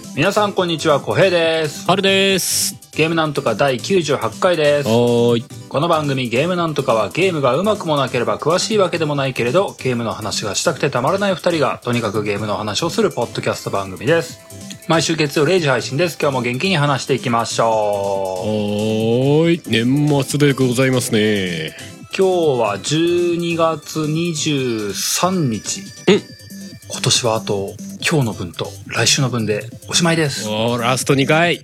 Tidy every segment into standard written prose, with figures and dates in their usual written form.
皆さんこんにちは、小平です。 春です。 ゲームなんとか第98回です。 はい。 この番組ゲームなんとかはゲームがうまくもなければ詳しいわけでもないけれど、ゲームの話がしたくてたまらない2人がとにかくゲームの話をするポッドキャスト番組です。毎週月曜0時配信です。今日も元気に話していきましょう。はい。年末でございますね。 今日は12月23日。今年はあと今日の分と来週の分でおしまいです。 ラスト2回。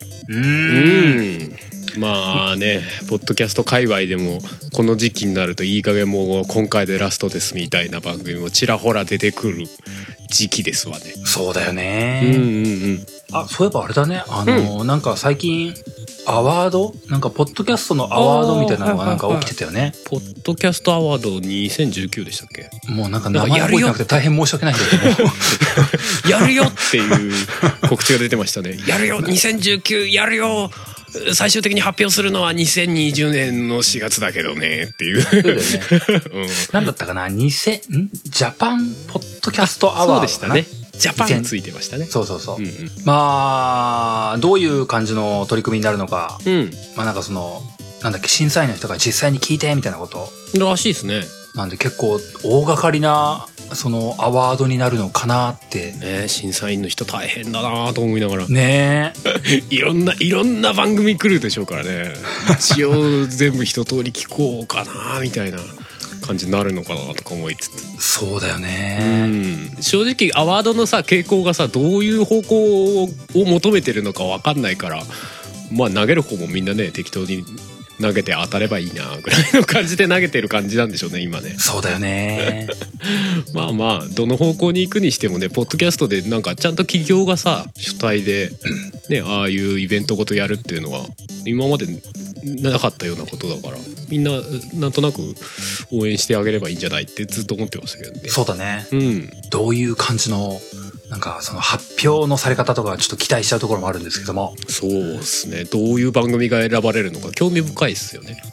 まあね、ポッドキャスト界隈でもこの時期になるといい加減もう今回でラストですみたいな番組もちらほら出てくる時期ですわね。 そうだよね。あ、そういえばあれだね、なんか最近アワードなんかポッドキャストのアワードみたいなのがなんか起きてたよね。 ポッドキャストアワード2019でしたっけ。 もうなんか名前覚えてなくて大変申し訳ないんだけどやるよっていう告知が出てましたね。やるよ2019やるよ、最終的に発表するのは2020年の4月だけどねっていう。そうだよね。なんだったかな、ジャパンポッドキャストアワードかな。そうでしたね。 ジャパンついてましたね。 そう。まあどういう感じの取り組みになるのか。まあなんかそのなんだっけ、審査員の人が実際に聞いてみたいなことらしいですね。 なんで結構大掛かりなそのアワードになるのかなってね。審査員の人大変だなと思いながらねいろんな番組来るでしょうからね。一応全部一通り聞こうかなみたいな感じになるのかなとか思いつつ。 そうだよね。 正直アワードのさ傾向がさどういう方向を求めてるのか分かんないから、まあ投げる方もみんなね適当に投げて当たればいいなぐらいの感じで投げてる感じなんでしょうね今ね。 そうだよね。 まあどの方向に行くにしてもね、ポッドキャストでなんかちゃんと企業がさ主体でねああいうイベントごとやるっていうのは今までなかったようなことだから、みんななんとなく応援してあげればいいんじゃないってずっと思ってましたけどね。 そうだね。どういう感じのなんかその発表のされ方とかちょっと期待しちゃうところもあるんですけども。 そうですね。どういう番組が選ばれるのか興味深いですよね。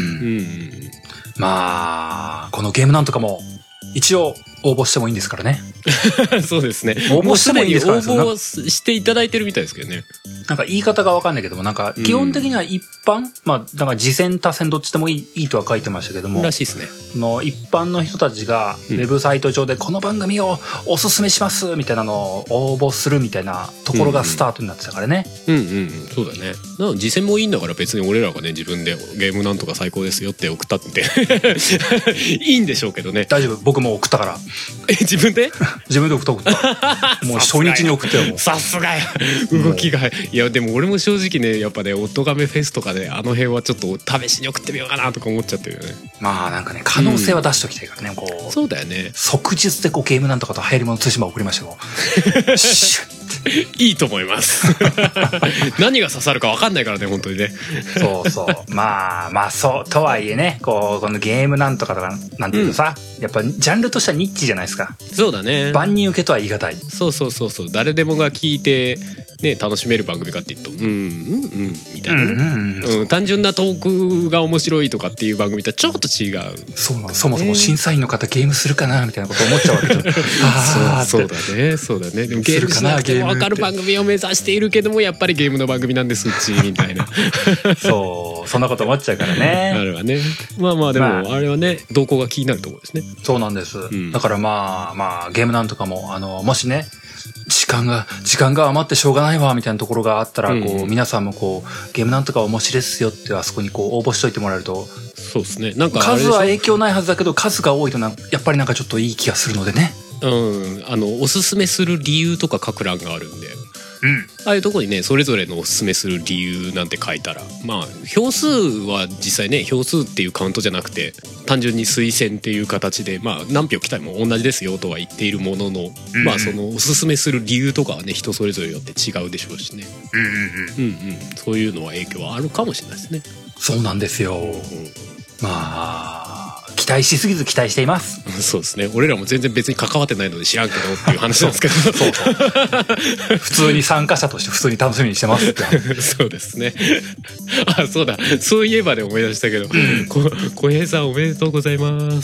まあこのゲームなんとかも一応応募してもいいんですからね。 そうですね。 応募してもいいですからね。 応募していただいてるみたいですけどね。 なんか言い方がわかんないけども、なんか基本的には一般、まあだから次戦他戦どっちでもいいとは書いてましたけども、 らしいですね。 の一般の人たちがウェブサイト上でこの番組をおすすめしますみたいなのを応募するみたいなところがスタートになってたからね。 そうだね。なの次戦もいいんだから別に俺らがね自分でゲームなんとか最高ですよって送ったっていいんでしょうけどね。 大丈夫、僕も送ったから。 自分で送ったもう初日に送ったよ。もうさすがや動きが。いやでも俺も正直ねやっぱねおとがめフェスとかねあの辺はちょっと試しに送ってみようかなとか思っちゃってるよね。 まあなんかね可能性は出しときたいからね。こうそうだよね。 即日でこうゲームなんとかと流行り物通信簿送りましたよ。シュッいいと思います何が刺さるか分かんないからね本当にね。 そうまあそうとはいえね、このゲームなんとかとかなんていうとさ、やっぱジャンルとしてはニッチじゃないですか。 そうだね。 万人受けとは言い難い。 そう誰でもが聞いてね楽しめる番組かって言うとみたいな、単純なトークが面白いとかっていう番組とはちょっと違う。 そもそも審査員の方ゲームするかなみたいなこと思っちゃうわけじゃん。 そうだね。でもゲームしなくても分かる番組を目指しているけどもやっぱりゲームの番組なんですうちみたいなそんなこと思っちゃうからね。 あれはね。まあでもあれはね動向が気になるところですね。 そうなんです、だからまあゲームなんとかももしね時間が余ってしょうがないわみたいなところがあったら、皆さんもゲームなんとか面白いですよってあそこに応募しといてもらえると。 そうですね。なんか数は影響ないはずだけど数が多いとやっぱりなんかちょっといい気がするのでね。 おすすめする理由とか書く欄があるんで、ああいうとこにねそれぞれのおすすめする理由なんて書いたら、まあ票数は実際ね票数っていうカウントじゃなくて単純に推薦っていう形で、まあ何票来たりも同じですよとは言っているものの、まあそのおすすめする理由とかはね人それぞれよって違うでしょうしね。そういうのは影響はあるかもしれないですね。 そうなんですよ。まあ期期待しすぎず期待しています。 そうですね。俺らも全然別に関わってないので知らんけどっていう話なんですけど。そう普通に参加者として普通に楽しみにしてますってそうですね。あ、そうだ。そういえばで思い出したけど、小平さんおめでとうございます。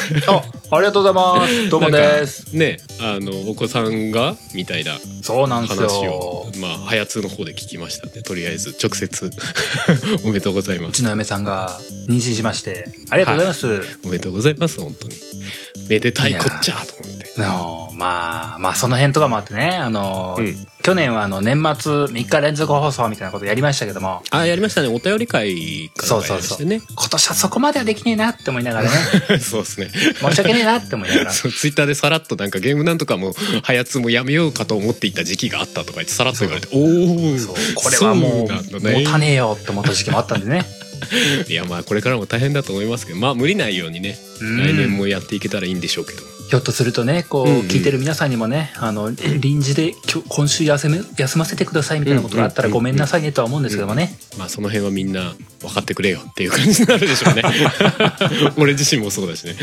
ありがとうございます。どうもです。 ね、お子さんがみたいなそうなんですよ。 話をはやつの方で聞きましたんで、とりあえず直接おめでとうございます。 うちの嫁さんが妊娠しましてありがとうございます。 おめでとうございます。本当にめでたいこっちゃと思って。 まあその辺とかもあってね、去年は年末3日連続放送みたいなことやりましたけども。 やりましたね。お便り会からやりましてね。 今年はそこまではできねえなって思いながらね。 そうですね。 申し訳ねえなって思いながら。 そう、ツイッターでさらっとなんかゲームなんとかもはやつもやめようかと思っていた時期があったとか言ってさらっと言われて、 これはもう持たねえよって思った時期もあったんでね。 いやこれからも大変だと思いますけど、無理ないようにね、来年もやっていけたらいいんでしょうけど。 ひょっとするとね、聞いてる皆さんにもね、臨時で今週休ませてくださいみたいなことがあったらごめんなさいねとは思うんですけどもね。 その辺はみんな分かってくれよっていう感じになるでしょうね。俺自身もそうだしね。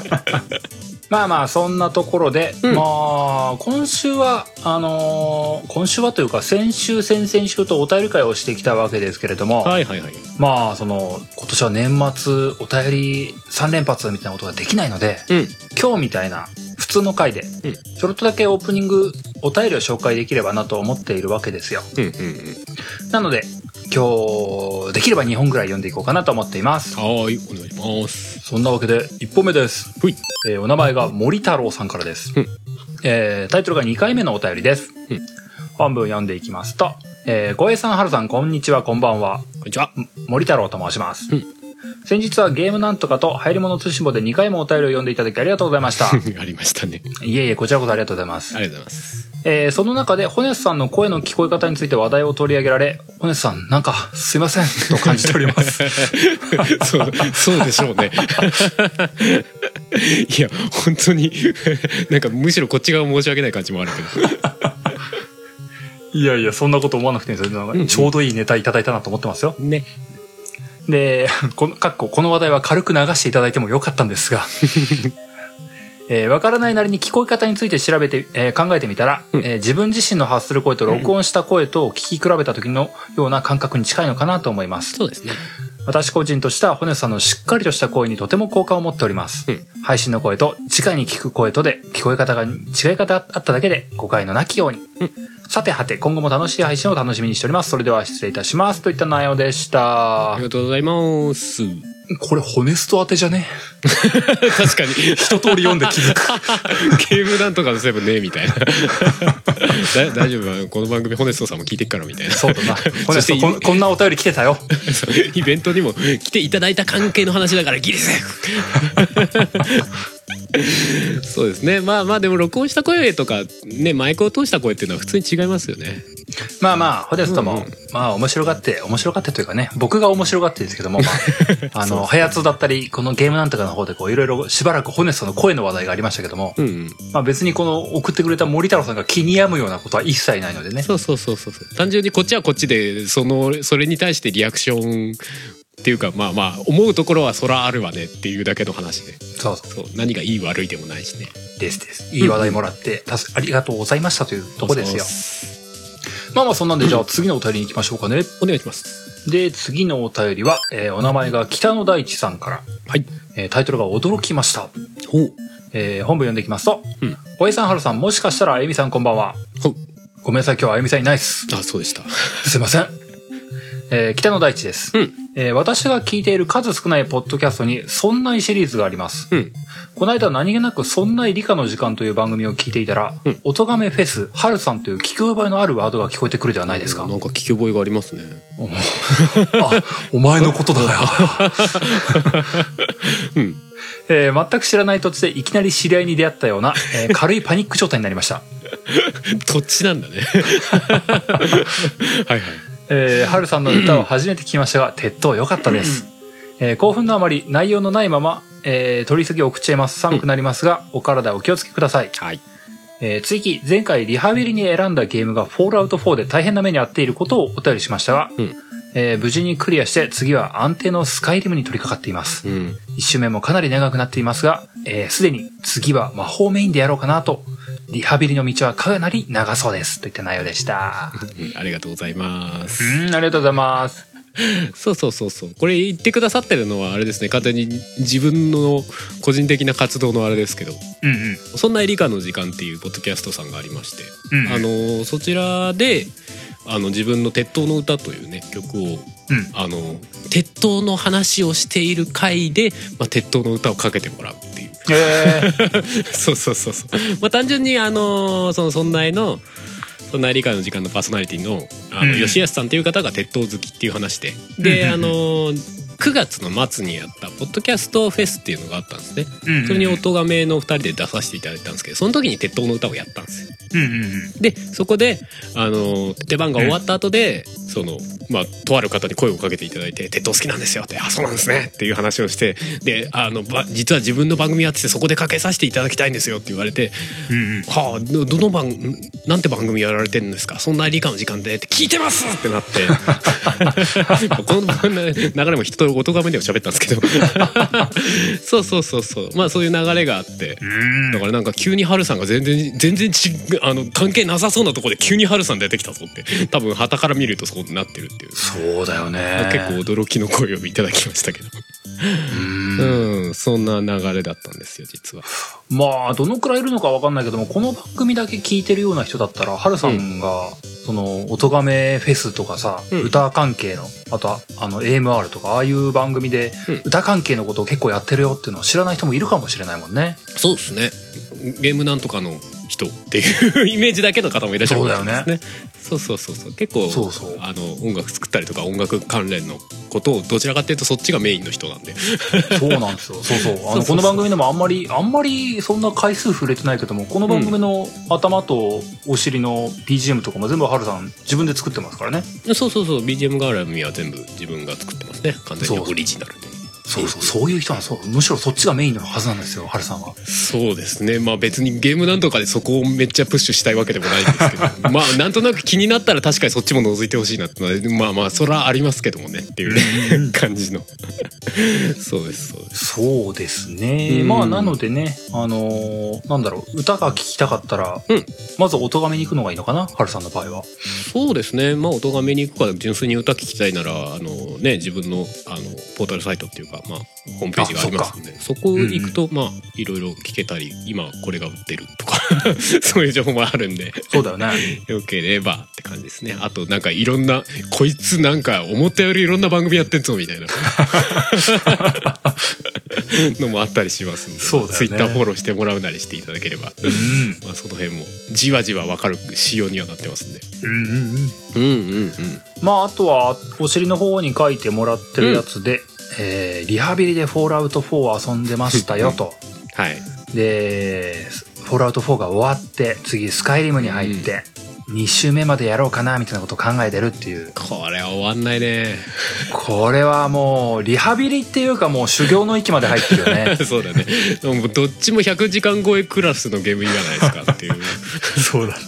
そんなところで、今週はというか先週先々週とお便り会をしてきたわけですけれども、今年は年末お便り3連発みたいなことができないので、今日みたいな普通の回でちょろっとだけオープニングお便りを紹介できればなと思っているわけですよ。なので今日できれば2本ぐらい読んでいこうかなと思っています。 はい、お願いします。 そんなわけで1本目です。お名前が森太郎さんからです。タイトルが2回目のお便りです。本文読んでいきますと、小平さん、春さん、こんにちは、こんばんは。 こんにちは。 森太郎と申します。先日はゲームなんとかと流行り物通信簿で2回もお便りを読んでいただきありがとうございました。 ありましたね。 いえ、こちらこそありがとうございます。 ありがとうございます。 その中でホネスさんの声の聞こえ方について話題を取り上げられ、ホネスさんなんかすいませんと感じております。 そうでしょうね。いや本当になんかむしろこっち側申し訳ない感じもあるけど。 いやそんなこと思わなくていいんですよ。ちょうどいいネタいただいたなと思ってますよ。 ね。 で、この話題は軽く流していただいてもよかったんですが。わからないなりに聞こえ方について調べて、考えてみたら、自分自身の発する声と録音した声と聞き比べた時のような感覚に近いのかなと思います。 そうですね。 私個人としてはホネさんのしっかりとした声にとても好感を持っております。配信の声と直に聞く声とで聞こえ方が違い方あっただけで誤解のなきように。さて今後も楽しい配信を楽しみにしております。それでは失礼いたしますといった内容でした。 ありがとうございます。 これホネスト当てじゃね？ 確かに一通り読んで気づく。 ゲームなんとかのセブンねみたいな。大丈夫、この番組ホネストさんも聞いてっからみたいな。 そうだな。ホネストこんなお便り来てたよ。 イベントにも来ていただいた関係の話だからギリセーフ。そうですね。でも録音した声とかね、マイクを通した声っていうのは普通に違いますよね。 ホネストも面白がってというかね、僕が面白がってですけども、はやつだったりこのゲームなんとかの方でいろいろしばらくホネストの声の話題がありましたけども、別にこの送ってくれた森太郎さんが気に病むようなことは一切ないのでね。 そう単純にこっちはこっちでそれに対してリアクションっていうか思うところはそらあるわねっていうだけの話で、そう何がいい悪いでもないしね。 ですいい話題もらってありがとうございましたというとこですよ。そんなんでじゃあ次のお便りに行きましょうかね。 お願いします。 で次のお便りは、お名前が北野大地さんから、タイトルが驚きました。本文読んでいきますと、おえさんはるさん、もしかしたらあゆみさんこんばんは。ごめんなさい、今日はあゆみさんいないっす。 あ、そうでした。 すいません。北野大地です。私が聞いている数少ないポッドキャストにそんないシリーズがあります。この間何気なくそんない理科の時間という番組を聞いていたら、音亀フェスはるさんという聞き覚えのあるワードが聞こえてくるではないですか。 なんか聞き覚えがありますね。 お前のことだよ。全く知らない土地でいきなり知り合いに出会ったような、軽いパニック状態になりました。 土地なんだね。はい。 はるさんの歌を初めて聞きましたが、鉄塔良かったです。興奮のあまり内容のないまま、取り急ぎ送っちゃいます。寒くなりますが、お体お気をつけください。次、前回リハビリに選んだゲームがフォールアウト4で大変な目に遭っていることをお便りしましたが、 無事にクリアして次は安定のスカイリムに取り掛かっています。1周目もかなり長くなっていますが、すでに次は魔法メインでやろうかなと。リハビリの道はかなり長そうですといった内容でした。 ありがとうございます。 ありがとうございます。 そうこれ言ってくださってるのはあれですね、簡単に自分の個人的な活動のあれですけど、そんな理科の時間っていうポッドキャストさんがありまして、そちらで自分の鉄塔の歌というね曲を、鉄塔の話をしている回で、鉄塔の歌をかけてもらうっていう、そう単純にそんなのそんな理科の時間のパーソナリティの吉安さんっていう方が鉄塔好きっていう話で、9月の末にやったポッドキャストフェスっていうのがあったんですね。それに音がめの2人で出させていただいたんですけど、その時に鉄塔の歌をやったんですよ。でそこで出番が終わった後でとある方に声をかけていただいて、鉄塔好きなんですよって、そうなんですねっていう話をして、で実は自分の番組やっててそこでかけさせていただきたいんですよって言われて、なんて番組やられてるんですか、そんな理科の時間でって聞いてますってなってこの流れも人と音がめでも喋ったんですけどそういう流れがあって、だからなんか急にハルさんが全然関係なさそうなところで急にハルさん出てきたぞって、多分傍から見るとそうなってるっていう。 そうだよね。 結構驚きの声をいただきましたけどそんな流れだったんですよ実は。 どのくらいいるのか分かんないけども、この番組だけ聞いてるような人だったら、ハルさんがその音がめフェスとかさ、歌関係の、あとAMR とかああいう番組で歌関係のことを結構やってるよっていうのを知らない人もいるかもしれないもんね。 そうですね。ゲームなんとかの人っていうイメージだけの方もいらっしゃるかもしれないですね。そう結構音楽作ったりとか音楽関連のことをどちらかっていうとそっちがメインの人なんでそうなんですよ。この番組でもあんまりそんな回数触れてないけども、この番組の頭とお尻の BGM とかも全部ハルさん自分で作ってますからね。 そう BGM 絡みは全部自分が作ってますね。完全にオリジナルで。 そういう人はむしろそっちがメインのはずなんですよ、ハルさんは。 そうですね。別にゲームなんとかでそこをめっちゃプッシュしたいわけでもないんですけどなんとなく気になったら確かにそっちも覗いてほしいなってのはそれはありますけどもねっていうね感じのそうですね。なのでね、歌が聴きたかったら、まず音がめに行くのがいいのかな、ハルさんの場合は。そうですね。音がめに行くか、純粋に歌聴きたいなら自分のポータルサイトっていうかホームページがありますので、そこ行くといろいろ聞けたり、今これが売ってるとかそういう情報もあるんで、そうだよね。よければって感じですね。あとなんかいろんな、こいつなんか思ったよりいろんな番組やってんぞみたいなのもあったりしますんで、そうだよね。ツイッターフォローしてもらうなりしていただければ、その辺もじわじわ分かる仕様にはなってますんで。あとはお尻の方に書いてもらってるやつで、リハビリでフォールアウト4を遊んでましたよと。でフォールアウト4が終わって次スカイリムに入って、2周目までやろうかなみたいなことを考えてるっていう。これは終わんないね。これはもうリハビリっていうかもう修行の域まで入ってるよねそうだね。どっちも100時間超えクラスのゲームじゃないですかっていうそうだね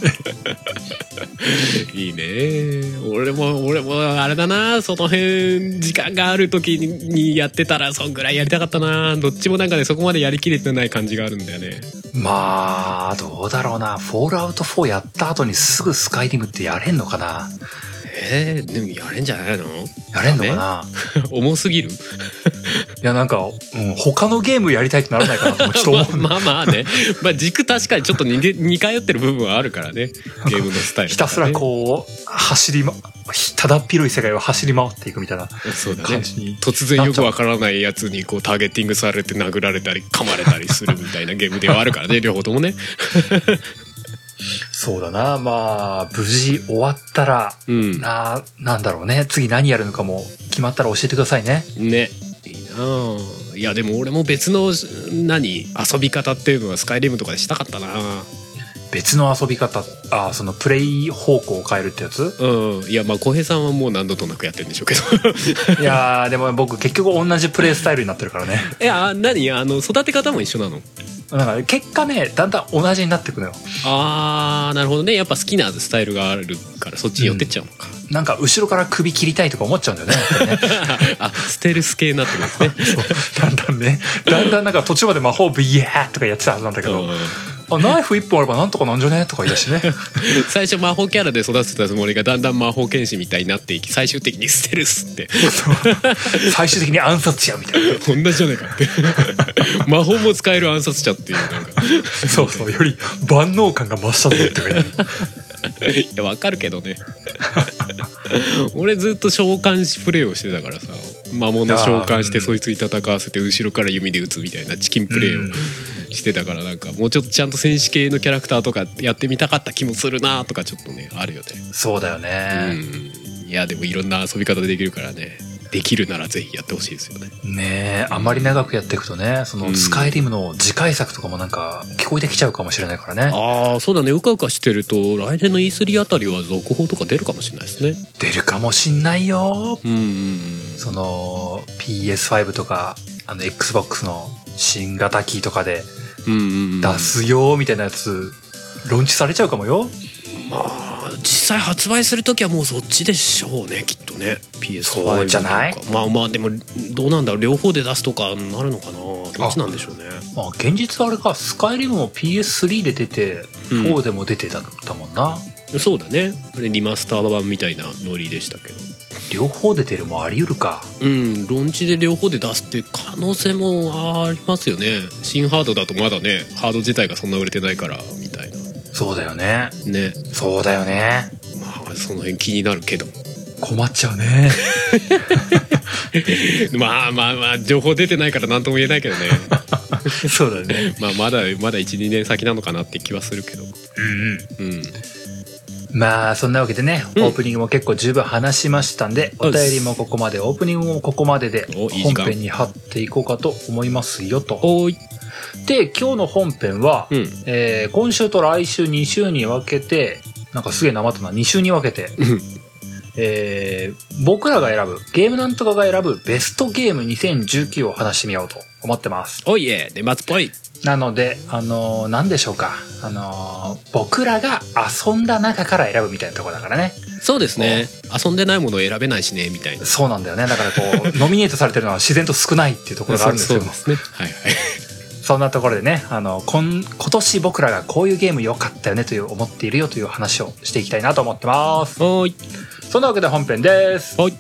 いいね。俺もあれだな、その辺時間がある時にやってたらそんぐらいやりたかったな。どっちもなんかねそこまでやりきれてない感じがあるんだよね。どうだろうな。フォールアウト4やった後にすぐスカイリムってやれんのかな。でもやれんじゃないの？やれんのかな重すぎるいやなんか、他のゲームやりたいってならないかなとちょっと思うね。軸確かにちょっと似通ってる部分はあるからね、ゲームのスタイル、ひたすらこうただっ広い世界を走り回っていくみたいな感じに、突然よくわからないやつにこうターゲティングされて殴られたり噛まれたりするみたいなゲームではあるからね両方ともねそうだな。無事終わったら、なんだろうね、次何やるのかも決まったら教えてくださいね。ね、いいな。いやでも俺も別の遊び方っていうのはスカイリムとかでしたかったな。別の遊び方、そのプレイ方向を変えるってやつ。いや浩平さんはもう何度となくやってるんでしょうけどいやでも僕結局同じプレイスタイルになってるからね。いや育て方も一緒なの？ なんか結果ねだんだん同じになってくのよ。 あーなるほどね。やっぱ好きなスタイルがあるからそっちに寄ってっちゃうのか、 なんか後ろから首切りたいとか思っちゃうんだよねやっぱりねあステルス系になってくるんですねだんだんねだんだんなんか途中まで魔法ブイヤーとかやってたはずなんだけど、ナイフ1本あればなんとかなんじゃねとか言い出してね最初魔法キャラで育てたつもりがだんだん魔法剣士みたいになっていき最終的にステルスって最終的に暗殺者みたいな同じじゃねえかって魔法も使える暗殺者っていうなんかそうそうより万能感が増したぞって言ういやわかるけどね俺ずっと召喚師プレイをしてたからさ、魔物召喚してそいつに戦わせて後ろから弓で撃つみたいなチキンプレイをしてたから、なんかもうちょっとちゃんと戦士系のキャラクターとかやってみたかった気もするなとかちょっとねあるよね。 そうだよね、 いやでもいろんな遊び方できるからね、できるならぜひやってほしいですよね。 ねえ、あまり長くやっていくとね、そのスカイリムの次回作とかもなんか聞こえてきちゃうかもしれないからね。 ああそうだね、うかうかしてると来年の E3 あたりは続報とか出るかもしれないですね。 出るかもしんないよ。その PS5 とかXbox の新型機とかで出すよみたいなやつローンチされちゃうかもよ。 まあ実際発売するときはもうそっちでしょうねきっとね。 PS5 そうじゃない？ まあでもどうなんだろう、両方で出すとかなるのかな、どっちなんでしょうね。 まあ現実はあれか、スカイリムも PS3 で出て、4でも出てたもんな。 そうだね、あれリマスター版みたいなノリでしたけど、 両方出てるもあり得るか。 ローンチで両方で出すっていう可能性もありますよね。新ハードだとまだねハード自体がそんな売れてないからみたいな。 そうだよね。 ね、 そうだよね。 まあその辺気になるけど困っちゃうねまあ情報出てないから何とも言えないけどねそうだね。 まだ 1,2 年先なのかなって気はするけど。 まあそんなわけでね、オープニングも結構十分話しましたんで、お便りもここまで、オープニングもここまでで本編に貼っていこうかと思いますよと。で今日の本編は、今週と来週2週に分けて、なんかすげえなまったな、2週に分けて僕らが選ぶゲームなんとかが選ぶベストゲーム2019を話してみようと思ってます。 おいえ、年末っぽい。 なので何でしょうか、僕らが遊んだ中から選ぶみたいなところだからね。 そうですね、遊んでないものを選べないしねみたいな。 そうなんだよね。だからこうノミネートされてるのは自然と少ないっていうところがあるんですけどもそうですね、はいはいそんなところでね、今年僕らがこういうゲーム良かったよねという思っているよという話をしていきたいなと思ってます。 はい、 そんなわけで本編です。 はい。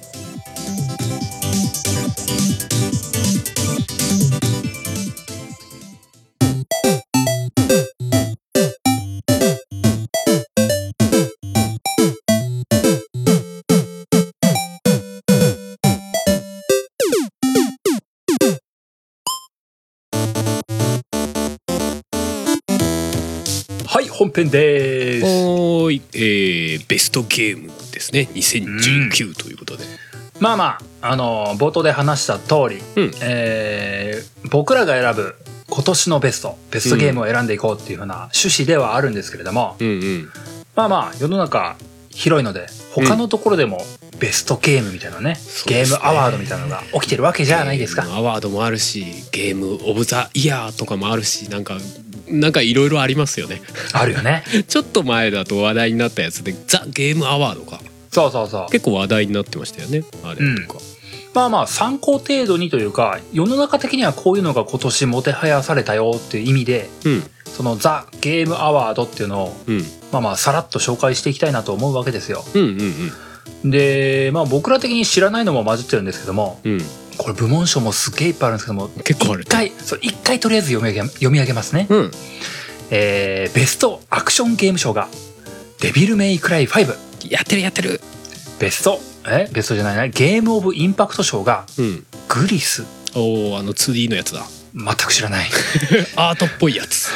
はい、本編です。 おーい、ベストゲームですね2019ということで、 まあ冒頭で話した通り、僕らが選ぶ今年のベストゲームを選んでいこうっていう風な趣旨ではあるんですけれども、まあ世の中広いので他のところでもベストゲームみたいなね、ゲームアワードみたいなのが起きてるわけじゃないですか。 アワードもあるし、ゲームオブザイヤーとかもあるし、なんかいろいろありますよね。 あるよね。 ちょっと前だと話題になったやつでザ・ゲームアワードか。 そう結構話題になってましたよね、あれとか。 まあ参考程度にというか、世の中的にはこういうのが今年もてはやされたよっていう意味で、そのザ・ゲームアワードっていうのを、まあさらっと紹介していきたいなと思うわけですよ。で僕ら的に知らないのも混じってるんですけども、これ部門賞もすっげえいっぱいあるんですけども、 結構ある。 一回とりあえず読み上げますね。ベストアクションゲーム賞がデビルメイクライ5。 やってる。 ベストじゃないな、ゲームオブインパクト賞がグリス。 2D のやつだ。 全く知らないアートっぽいやつ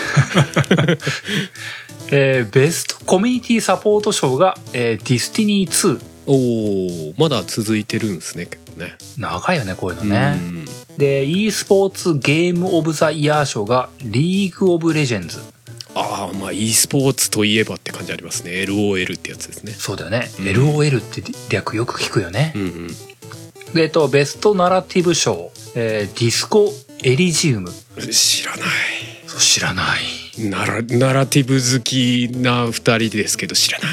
ベストコミュニティサポート賞が、ディスティニー2。 まだ続いてるんですね。結構ね長いよねこういうのね。で e スポーツゲームオブザイヤー賞がリーグオブレジェンズ。 まあ e スポーツといえばって感じありますね。 LOL ってやつですね。 そうだよね、LOL って略よく聞くよね。でベストナラティブ賞、ディスコエリジウム。 知らない。 知らない。 ナラティブ好きな2人ですけど知らない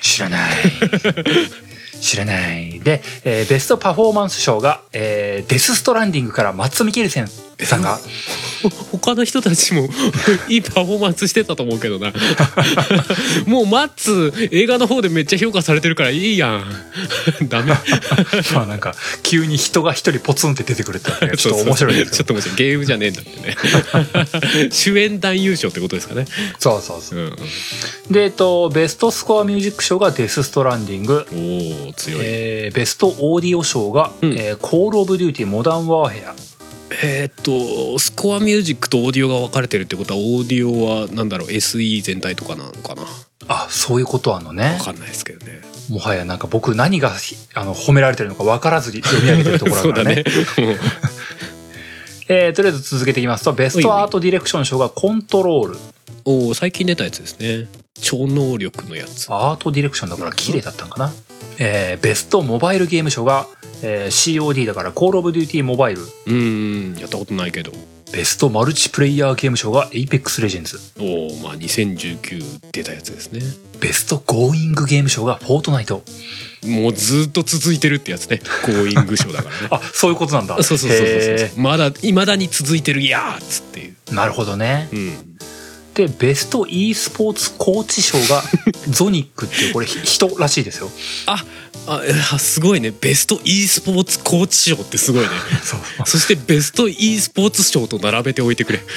知らないで、ベストパフォーマンス賞が、デスストランディングからマッツ・ミケルセンさんが他の人たちもいいパフォーマンスしてたと思うけどなもうマッツ映画の方でめっちゃ評価されてるからいいやんダメまあなんか急に人が一人ポツンって出てくるってちょっと面白いですちょっと面白い。ゲームじゃねえんだってね主演男優賞ってことですかね。 そう、でベストスコアミュージック賞がデスストランディング。 おお強い。 ベストオーディオ賞が、コールオブデューティモダンワーヘア。 スコアミュージックとオーディオが分かれてるってことはオーディオはなんだろう SE 全体とかなのかな。 あ、そういうことあんのね。 分かんないですけどね。 もはやなんか僕何が褒められてるのか分からずに読み上げてるところだからねそうだねとりあえず続けていきますと、ベストアートディレクション賞がコントロール。 おお最近出たやつですね。超能力のやつ。 アートディレクションだから綺麗だったんかな。ベストモバイルゲーム賞が、COD だからコールオブデューティモバイル。 やったことないけど。 ベストマルチプレイヤーゲーム賞が Apex Legends。 おおまあ2019出たやつですね。 ベストゴーイングゲーム賞がフォートナイト。 もうずっと続いてるってやつね。ゴーイング賞だからねあ、そういうことなんだ。 そうまだ未だに続いてるやーつっていう。 なるほどね。でベスト e スポーツコーチ賞がゾニックっていうこれ人らしいですよ。 すごいね。ベスト e スポーツコーチ賞ってすごいねそしてベスト e スポーツ賞と並べておいてくれ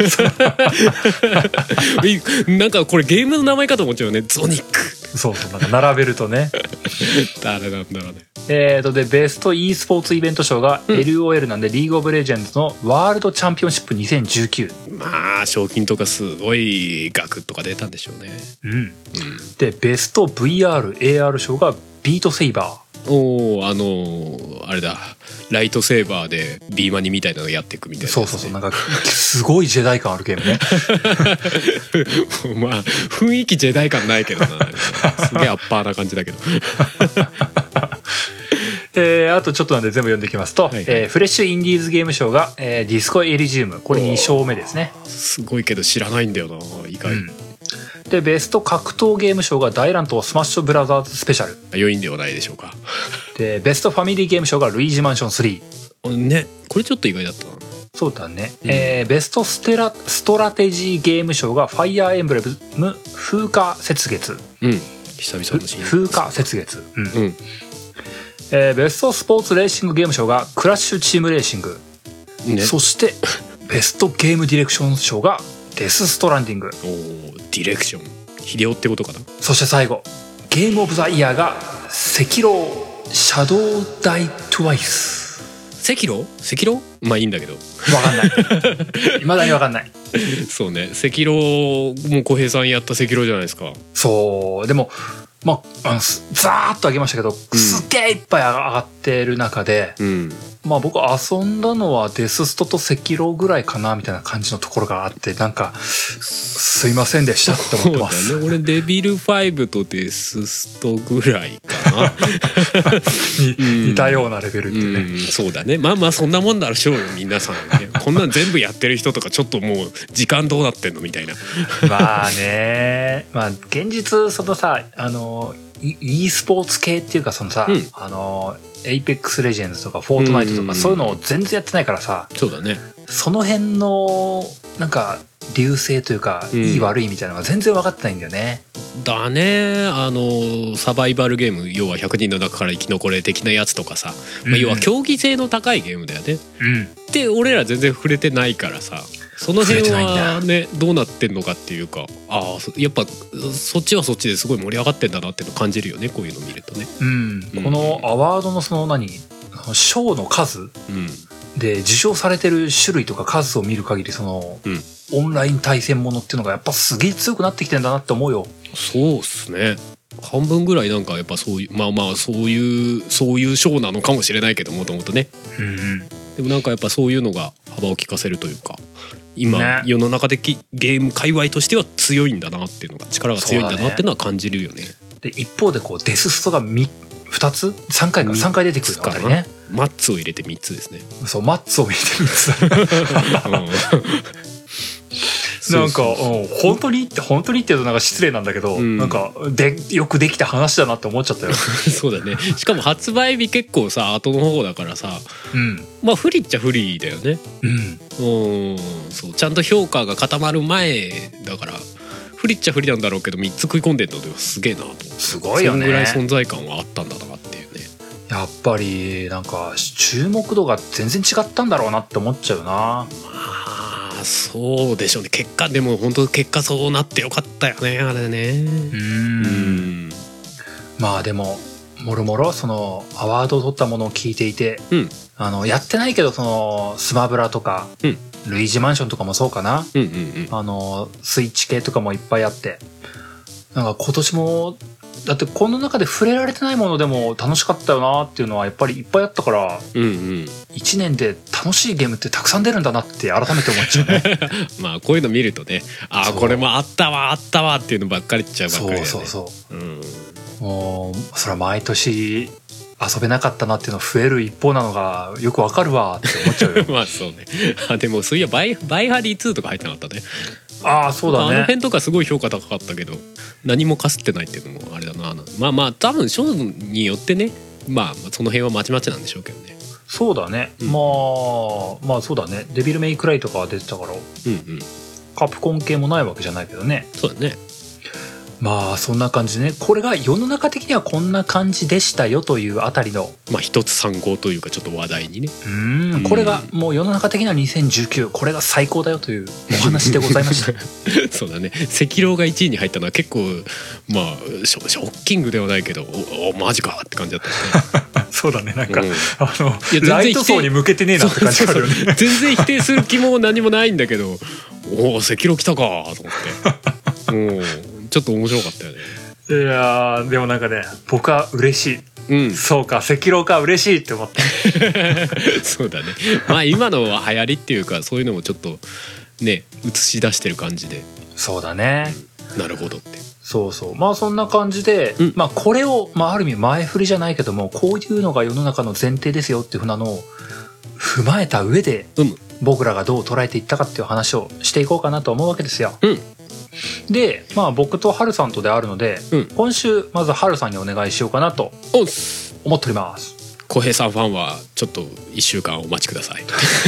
なんかこれゲームの名前かと思っちゃうよね。ゾニック。 そうなんか並べるとね誰なんだろうね。 でベスト e スポーツイベント賞が LOL なんで、リーグオブレジェンズのワールドチャンピオンシップ2019。 まあ賞金とかすごい額とか出たんでしょうね。 でベスト VR/AR 賞がビートセイバー。 あれだライトセーバーでビーマニみたいなのやっていくみたいな、ね、 そうなんかすごいジェダイ感あるゲームねまあ雰囲気ジェダイ感ないけどなすげえアッパーな感じだけどあとちょっとなんで全部読んでいきますと、フレッシュインディーズゲーム賞が、ディスコエリジウム。これ2勝目ですね。 すごいけど知らないんだよな意外、 でベスト格闘ゲーム賞が大乱闘スマッシュブラザーズスペシャル。 良いんではないでしょうか。 でベストファミリーゲーム賞がルイージマンション3。 ねこれちょっと意外だったな。 そうだね。ベストストラテジーゲーム賞がファイアーエンブレム風化雪月。 久々のシーン。 風化雪月。ベストスポーツレーシングゲーム賞がクラッシュチームレーシング、そしてベストゲームディレクション賞がデスストランディング。 ディレクションヒデオってことかな。 そして最後ゲームオブザイヤーが赤狼シャドウダイトワイス。 赤狼まあいいんだけど分かんない未だに分かんない。 そうね赤狼もう小平さんやった赤狼じゃないですか。 そうでもまあ、ザーッと上げましたけど、すっげえいっぱい上がってる中で、まあ僕遊んだのはデスストと赤狼ぐらいかなみたいな感じのところがあって、なんかすいませんでしたって思ってます。 そうだね、俺デビル5とデスストぐらいかな似たようなレベルってね、 そうだね。まあそんなもんだろうよ皆さんねこんなん全部やってる人とかちょっともう時間どうなってんのみたいなまあね、まあ現実そのさe スポーツ系っていうかそのさ、エイペックスレジェンズとかフォートナイトとかそういうのを全然やってないからさ、 そうだね。 その辺のなんか流星というか、いい悪いみたいなのが全然分かってないんだよね。 だね。サバイバルゲーム要は100人の中から生き残れ的なやつとかさ、要は競技性の高いゲームだよね。で俺ら全然触れてないからさ、その辺はねどうなってんのかっていうか、やっぱそっちはそっちですごい盛り上がってんだなっていうのを感じるよねこういうの見るとね。 このアワードのその賞の数、で受賞されてる種類とか数を見る限りその、オンライン対戦ものっていうのがやっぱすげえ強くなってきてんだなって思うよ。 そうっすね。半分ぐらいなんかやっぱそういうそういう賞なのかもしれないけどもともとね、でもなんかやっぱそういうのが幅を利かせるというか今、世の中でゲーム界隈としては強いんだなっていうのが力が強いんだなっていうのは感じるよね。 で一方でこうデスストが2つ3回出てくるのあたりね。 マッツを入れて3つですね。 そうマッツを入れて3つなんか本当にって言うとなんか失礼なんだけど、なんかよくできた話だなって思っちゃったよ。 そうだね。しかも発売日結構さ後の方だからさ、まあ不利っちゃ不利だよね。そうちゃんと評価が固まる前だから不利っちゃ不利なんだろうけど3つ食い込んでるのですげえなと。すごいよね。 そのぐらい存在感はあったんだなっていうね。 やっぱりなんか注目度が全然違ったんだろうなって思っちゃうな。 そうでしょうね。結果でも本当結果そうなってよかったよねあれね。 まあでももろもろそのアワードを取ったものを聞いていて、やってないけどそのスマブラとか、ルイージマンションとかもそうかな、スイッチ系とかもいっぱいあって、なんか今年もだってこの中で触れられてないものでも楽しかったよなっていうのはやっぱりいっぱいあったから、1年で楽しいゲームってたくさん出るんだなって改めて思っちゃうね。 まあこういうの見るとね、これもあったわっていうのばっかり言っちゃうばっかりだよね。もうそれは毎年遊べなかったなっていうの増える一方なのがよくわかるわって思っちゃうよ。まあそうね。でもそういやバイハリー2とか入ってなかったね。そうだね。あの辺とかすごい評価高かったけど何もかすってないっていうのもあれだな。まあ多分賞によってね、まあその辺はまちまちなんでしょうけどね。そうだね、まあそうだね。デビルメイクライとかは出てたから、カプコン系もないわけじゃないけどね。そうだね。まあそんな感じでね、これが世の中的にはこんな感じでしたよというあたりの一つ参考というかちょっと話題にね、これがもう世の中的には2019これが最高だよというお話でございました。そうだね。赤狼が1位に入ったのは結構まあショッキングではないけどマジかって感じだったね。そうだね。なんか、ライト層に向けてねえなって感じがあるよね。全然否定する気も何もないんだけど、赤狼来たかと思って。ちょっと面白かったよね。いやでもなんかね、僕は嬉しい。そうか赤狼か嬉しいって思って。そうだね。まあ今の流行りっていうかそういうのもちょっとね映し出してる感じで。そうだね。なるほどって。そうまあそんな感じで、まあこれを、まあ、ある意味前振りじゃないけどもこういうのが世の中の前提ですよっていうふうなのを踏まえた上で、僕らがどう捉えていったかっていう話をしていこうかなと思うわけですよ。でまあ僕とハルさんとであるので、今週まずハルさんにお願いしようかなと思っております。小平さんファンはちょっと1週間お待ちください。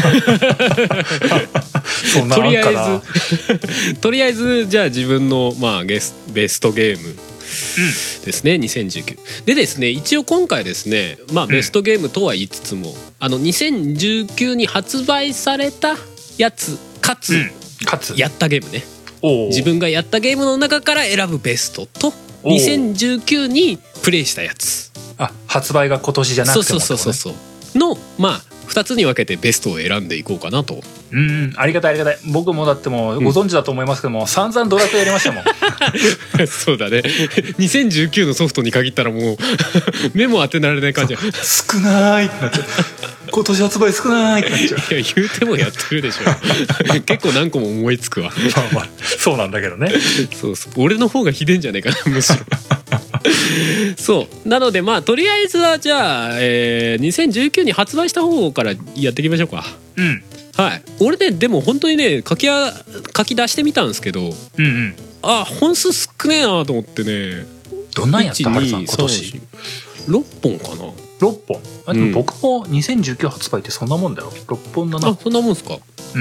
とりあえずじゃあ自分の、まあ、ベストゲームですね、2019でですね、一応今回ですね、まあ、ベストゲームとは言いつつも、2019に発売されたやつかつやったゲームね、自分がやったゲームの中から選ぶベストと2019にプレイしたやつ、発売が今年じゃなくてもそうのまあ2つに分けてベストを選んでいこうかなと。ありがたい。僕もだってもうご存知だと思いますけども、散々ドラクエやりましたもん。そうだね。2019のソフトに限ったらもう目も当てられない感じ。少ないってなっちゃう。今年発売少ないってなっちゃう。いや言うてもやってるでしょ。結構何個も思いつくわ。まあそうなんだけどね。そう俺の方がひでんじゃねえかなむしろ。そうなのでまあとりあえずはじゃあ、2019に発売した方からやっていきましょうか。はい。俺ねでも本当にね書き出してみたんですけど、本数少ねえなと思ってね。どんなんやったハルさん今年6本かな。6本でも僕も2019発売ってそんなもんだよ。6本だな。そんなもんすか。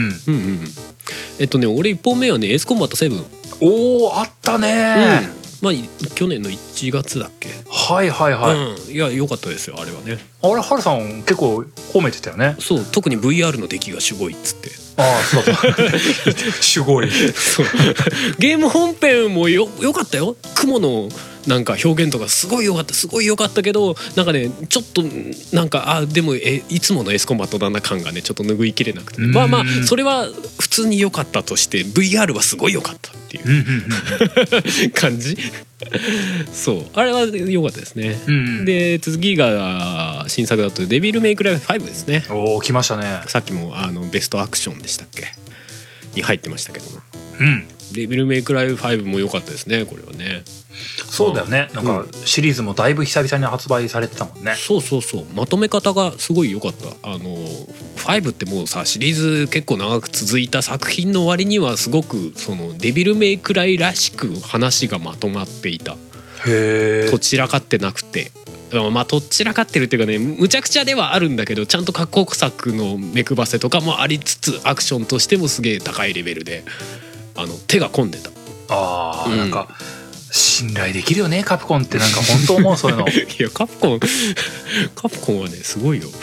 俺1本目はねエースコンバット7。あったね。まあ去年の1月だっけ。いや良かったですよあれはね。あれハルさん結構褒めてたよね。そう特に VR の出来がすごいっつって。そうすごい。そうゲーム本編もよかったよ。雲のなんか表現とかすごい良かったけど、なんかねちょっとなんかでもいつものエースコンバットだな感がねちょっと拭いきれなくて、まあそれは普通に良かったとして VR はすごい良かったっていう感じ。そうあれは良かったですね。で次が新作だとデビルメイクライフ5ですね。来ましたね。さっきもベストアクションでしたっけに入ってましたけども、 デビルメイクライ5も良かったですねこれはね。 そうだよね、なんかシリーズもだいぶ久々に発売されてたもんね。 そうそうそう、まとめ方がすごい良かった。5ってもうさシリーズ結構長く続いた作品の割にはすごくそのデビルメイクライらしく話がまとまっていた。 へえ。 とちらかってなくて、まあとっちらかってるっていうかね、むちゃくちゃではあるんだけどちゃんと過去作の目配せとかもありつつアクションとしてもすげえ高いレベルで手が込んでた。 あー、なんか信頼できるよねカプコンって。なんか本当思うそういうの。 いやカプコンはねすごいよ。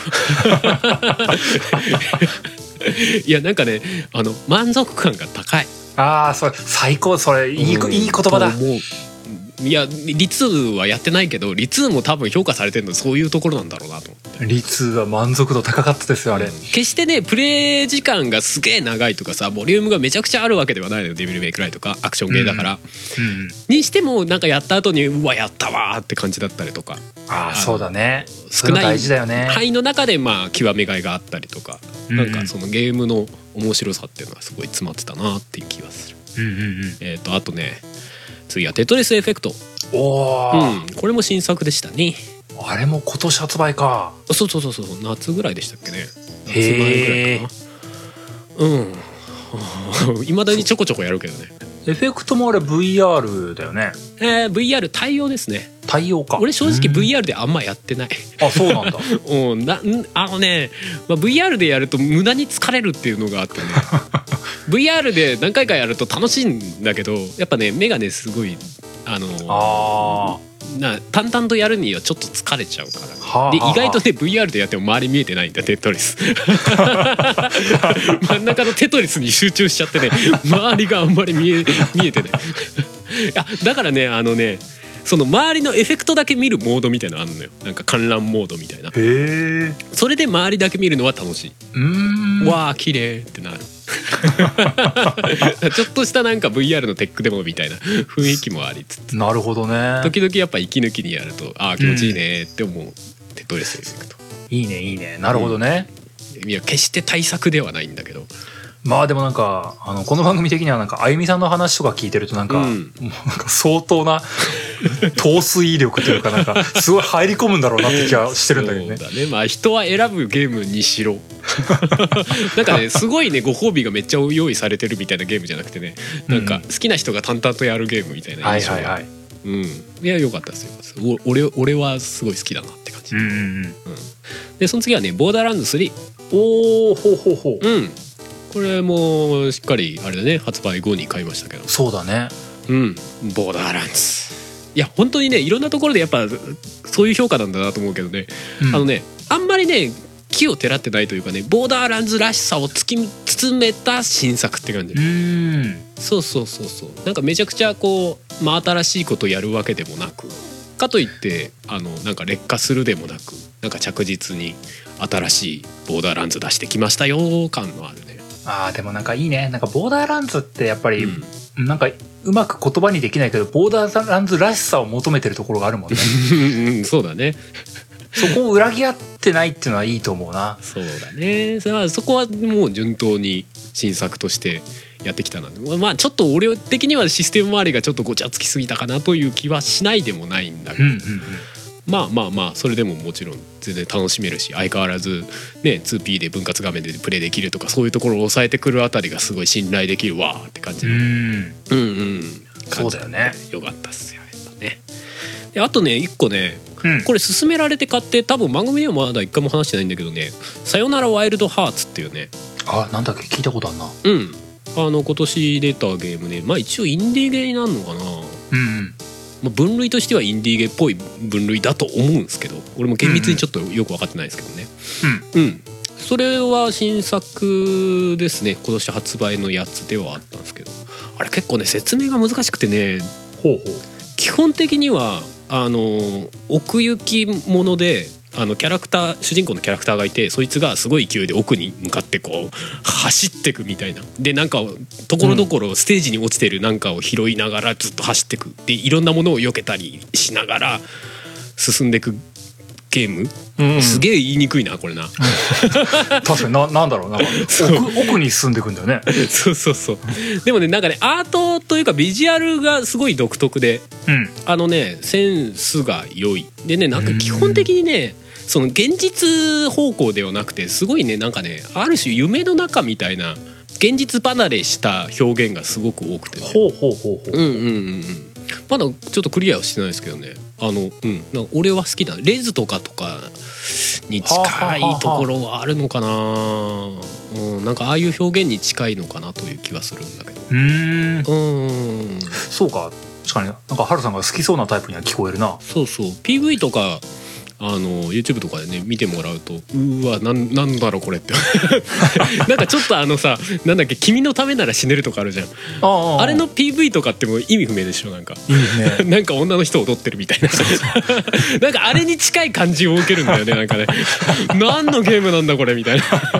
いやなんかね満足感が高い。 ああ、それ最高。それいい言葉だ。 いやリツはやってないけどリツも多分評価されてるのそういうところなんだろうなと思って。 リツは満足度高かったですよあれ。 決してねプレイ時間がすげえ長いとかさボリュームがめちゃくちゃあるわけではないのよデビルメイクライとかアクションゲーだから、にしてもなんかやった後にうわやったわーって感じだったりとか。 ああそうだね、 少ない大事だよね。 範囲の中でまあ極めがいがあったりとか、なんかそのゲームの面白さっていうのはすごい詰まってたなっていう気がする。あとね次はテトリスエフェクト。 おー、 これも新作でしたね。 あれも今年発売か。 そう夏ぐらいでしたっけね。夏前ぐらいかな。いまだにちょこちょこやるけどね。 エフェクトもあれ VR だよね。 VR 対応ですね。 対応か。 俺正直 VR であんまやってない。 あ、そうなんだ。 VR でやると無駄に疲れるっていうのがあってね。VR で何回かやると楽しいんだけどやっぱね目がねすごい淡々とやるにはちょっと疲れちゃうから、で意外とね VR でやっても周り見えてないんだテトリス。真ん中のテトリスに集中しちゃってね周りがあんまり見えてない。だからねその周りのエフェクトだけ見るモードみたいなのあるのよ。なんか観覧モードみたいな。それで周りだけ見るのは楽しい。わあ綺麗ってなる。ちょっとしたなんか VR のテックデモみたいな雰囲気もありつつ、 なるほどね。 時々やっぱ息抜きにやると気持ちいいねって思うテトリスエフェクト。 いいねいいね。なるほどね。 いや決して対策ではないんだけど。 まあでもなんかこの番組的にはなんかあゆみさんの話とか聞いてるとなんか、もうなんか相当な陶酔力というかなんかすごい入り込むんだろうなって気はしてるんだけどね。 そうだね。まあ人は選ぶゲームにしろ。なんかねすごいねご褒美がめっちゃ用意されてるみたいなゲームじゃなくてね、なんか好きな人が淡々とやるゲームみたいな印象が。いや良かったですよ。俺はすごい好きだなって感じ。でその次はねボーダーランド3。 おお、ほうほうほう。 これもしっかりあれだね発売後に買いましたけど。 そうだね。 ボーダーランズ。いや本当にねいろんなところでやっぱそういう評価なんだなと思うけどね、あんまりね奇をてらってないというかねボーダーランズらしさを包めた新作って感じ。そうなんかめちゃくちゃこう新しいことやるわけでもなくかといってなんか劣化するでもなくなんか着実に新しいボーダーランズ出してきましたよ感のあるね。 でもなんかいいね。なんかボーダーランズってやっぱり、なんかうまく言葉にできないけどボーダーランズらしさを求めてるところがあるもんね。 そうだね。 そこを裏切ってないっていうのはいいと思うな。 そうだね。そこはもう順当に新作としてやってきたな。まあちょっと俺的にはシステム周りがちょっとごちゃつきすぎたかなという気はしないでもないんだけど、まあそれでももちろん全然楽しめるし相変わらずね 2P で分割画面でプレイできるとかそういうところを抑えてくるあたりがすごい信頼できるわーって感じ。 そうだよね。 よかったっすよね。であとね1個ね、これ勧められて買って多分番組ではまだ一回も話してないんだけどねさよならワイルドハーツっていうね。 なんだっけ聞いたことあるな。 今年出たゲームね。まあ一応インディーゲーになるのかな。分類としてはインディーゲーっぽい分類だと思うんですけど俺も厳密にちょっとよく分かってないですけどね。それは新作ですね。今年発売のやつではあったんですけどあれ結構ね説明が難しくてね。基本的には奥行きものでキャラクター主人公のキャラクターがいてそいつがすごい勢いで奥に向かってこう走ってくみたいな。でなんかところどころステージに落ちてるなんかを拾いながらずっと走ってく。でいろんなものを避けたりしながら進んでくゲーム、すげえ言いにくいなこれな、 確かになんだろうな、奥に進んでいくんだよね。 そうでもねなんかねアートというかビジュアルがすごい独特で、センスが良いでね、なんか基本的にねその現実方向ではなくてすごいねなんかねある種夢の中みたいな現実離れした表現がすごく多くて、ね、まだちょっとクリアはしてないですけどね、なんか俺は好きだ。レズとかに近いところはあるのかな、なんかああいう表現に近いのかなという気はするんだけど。 そうか、確かになんかハルさんが好きそうなタイプには聞こえるな。 そう PV とかYouTube とかでね見てもらうとうわなんだろうこれってなんかちょっとさなんだっけ君のためなら死ねるとかあるじゃん。あれの PV とかってもう意味不明でしょ。なんか意味不明なんか女の人踊ってるみたいななんかあれに近い感じを受けるんだよね。なんかね何のゲームなんだこれみたいな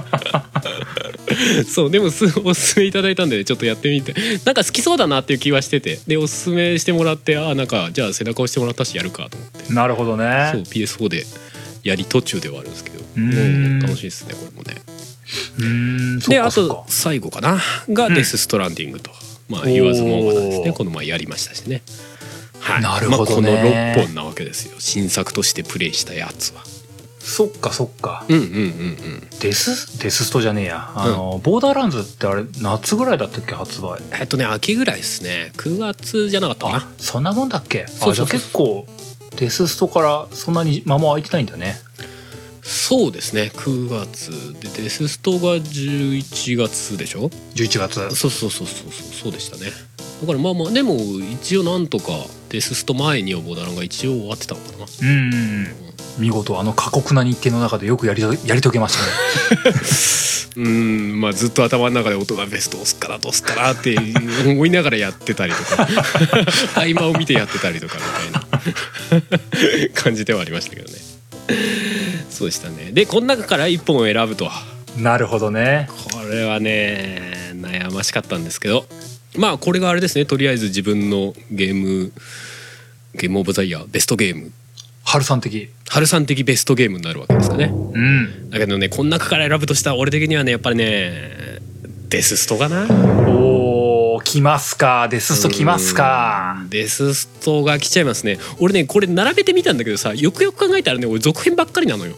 そうでもおすすめいただいたんで、ね、ちょっとやってみてなんか好きそうだなっていう気はしてて、でおすすめしてもらってなんかじゃあ背中押してもらったしやるかと思って。なるほどね。 そう PS4 でやり途中ではあるんですけど、楽しいですねこれもね。であと最後かながデスストランディングと、言わずもがなですね。この前やりましたしね。はい、なるほどね。この6本なわけですよ、新作としてプレイしたやつは。 そっか。デスストじゃねえや、ボーダーランズってあれ夏ぐらいだったっけ発売。 秋ぐらいですね。9月じゃなかったかな。 そんなもんだっけ。じゃあ結構デスストからそんなに間も空いてないんだね。 そうですね、9月でデスストが11月でしょ。 11月。 そうでしたね。だからでも一応なんとかデススト前にはボーダーランが一応終わってたのかな。 見事過酷な日程の中でよくやり遂げましたね。 ずっと頭の中で音がベスト押すからどうすっからって思いながらやってたりとか合間を見てやってたりとかみたいな感じではありましたけどね。そうでしたね。でこの中から1本を選ぶと。 なるほどね。 これはね悩ましかったんですけど、これがあれですね。とりあえず自分のゲームオブザイヤーベストゲーム、春さん的ベストゲームになるわけですかね。だけどねこの中から選ぶとしたら俺的にはねやっぱりねデスストかな。 来ますか。デススト来ますか。 デスストが来ちゃいますね。俺ねこれ並べてみたんだけどさ、よくよく考えたらね俺続編ばっかりなのよ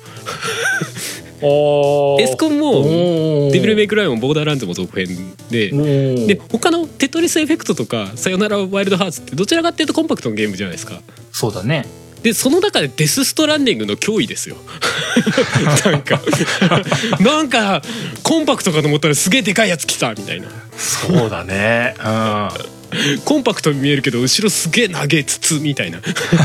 エスコンもデビルメイクライオンもボーダーランズも続編で他のテトリスエフェクトとかさよならワイルドハーツってどちらかっていうとコンパクトのゲームじゃないですか。 そうだね。 でその中でデスストランディングの脅威ですよなんかコンパクトかと思ったらすげえでかいやつ来たみたいな。 そうだね。 コンパクトに見えるけど後ろすげえ長え筒みたいな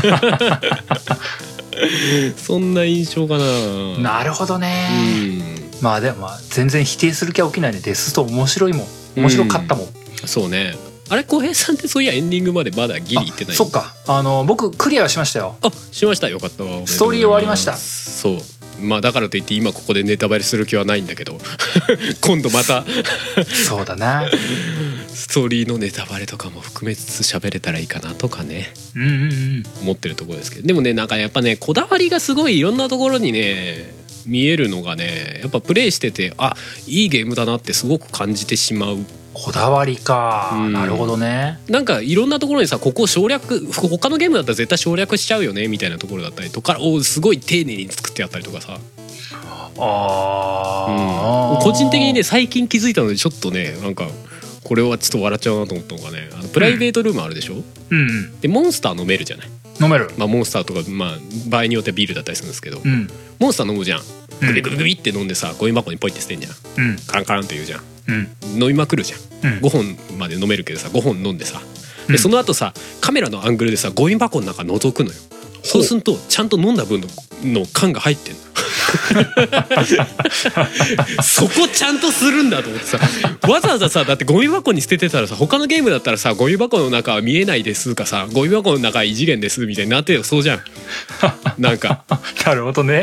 そんな印象かな。 なるほどね。でも全然否定する気は起きないね。デススト面白いもん。面白かったもん。 そうね。あれ小平さんってそういやエンディングまでまだギリ行ってない。 そっか。僕クリアしましたよ。 しました。よかったわ。 ストーリー終わりました。 そうだからといって今ここでネタバレする気はないんだけど今度またそうだなストーリーのネタバレとかも含めつつ喋れたらいいかなとかね、思ってるところですけど、でもねなんかやっぱねこだわりがすごいいろんなところにね見えるのがねやっぱプレイしてていいゲームだなってすごく感じてしまう。 こだわりか、なるほどね。 なんかいろんなところにさここ省略他のゲームだったら絶対省略しちゃうよねみたいなところだったりとかすごい丁寧に作ってやったりとかさ。個人的にね最近気づいたのでちょっとねなんかこれはちょっと笑っちゃうなと思ったのがねプライベートルームあるでしょ。でモンスター飲めるじゃない。 飲める。 モンスターとか場合によってはビールだったりするんですけど、モンスター飲むじゃん。グビグビグビって飲んでさゴミ箱にポイって捨てんじゃん。カランカランって言うじゃん。飲みまくるじゃん。5本まで飲めるけどさ5本飲んでさでその後さカメラのアングルでさゴミ箱の中覗くのよ。そうするとちゃんと飲んだ分の缶が入ってんのそこちゃんとするんだと思ってさわざわざさだってゴミ箱に捨ててたらさ他のゲームだったらさゴミ箱の中は見えないですかさゴミ箱の中は異次元ですみたいになってそうじゃんなんかなるほどね。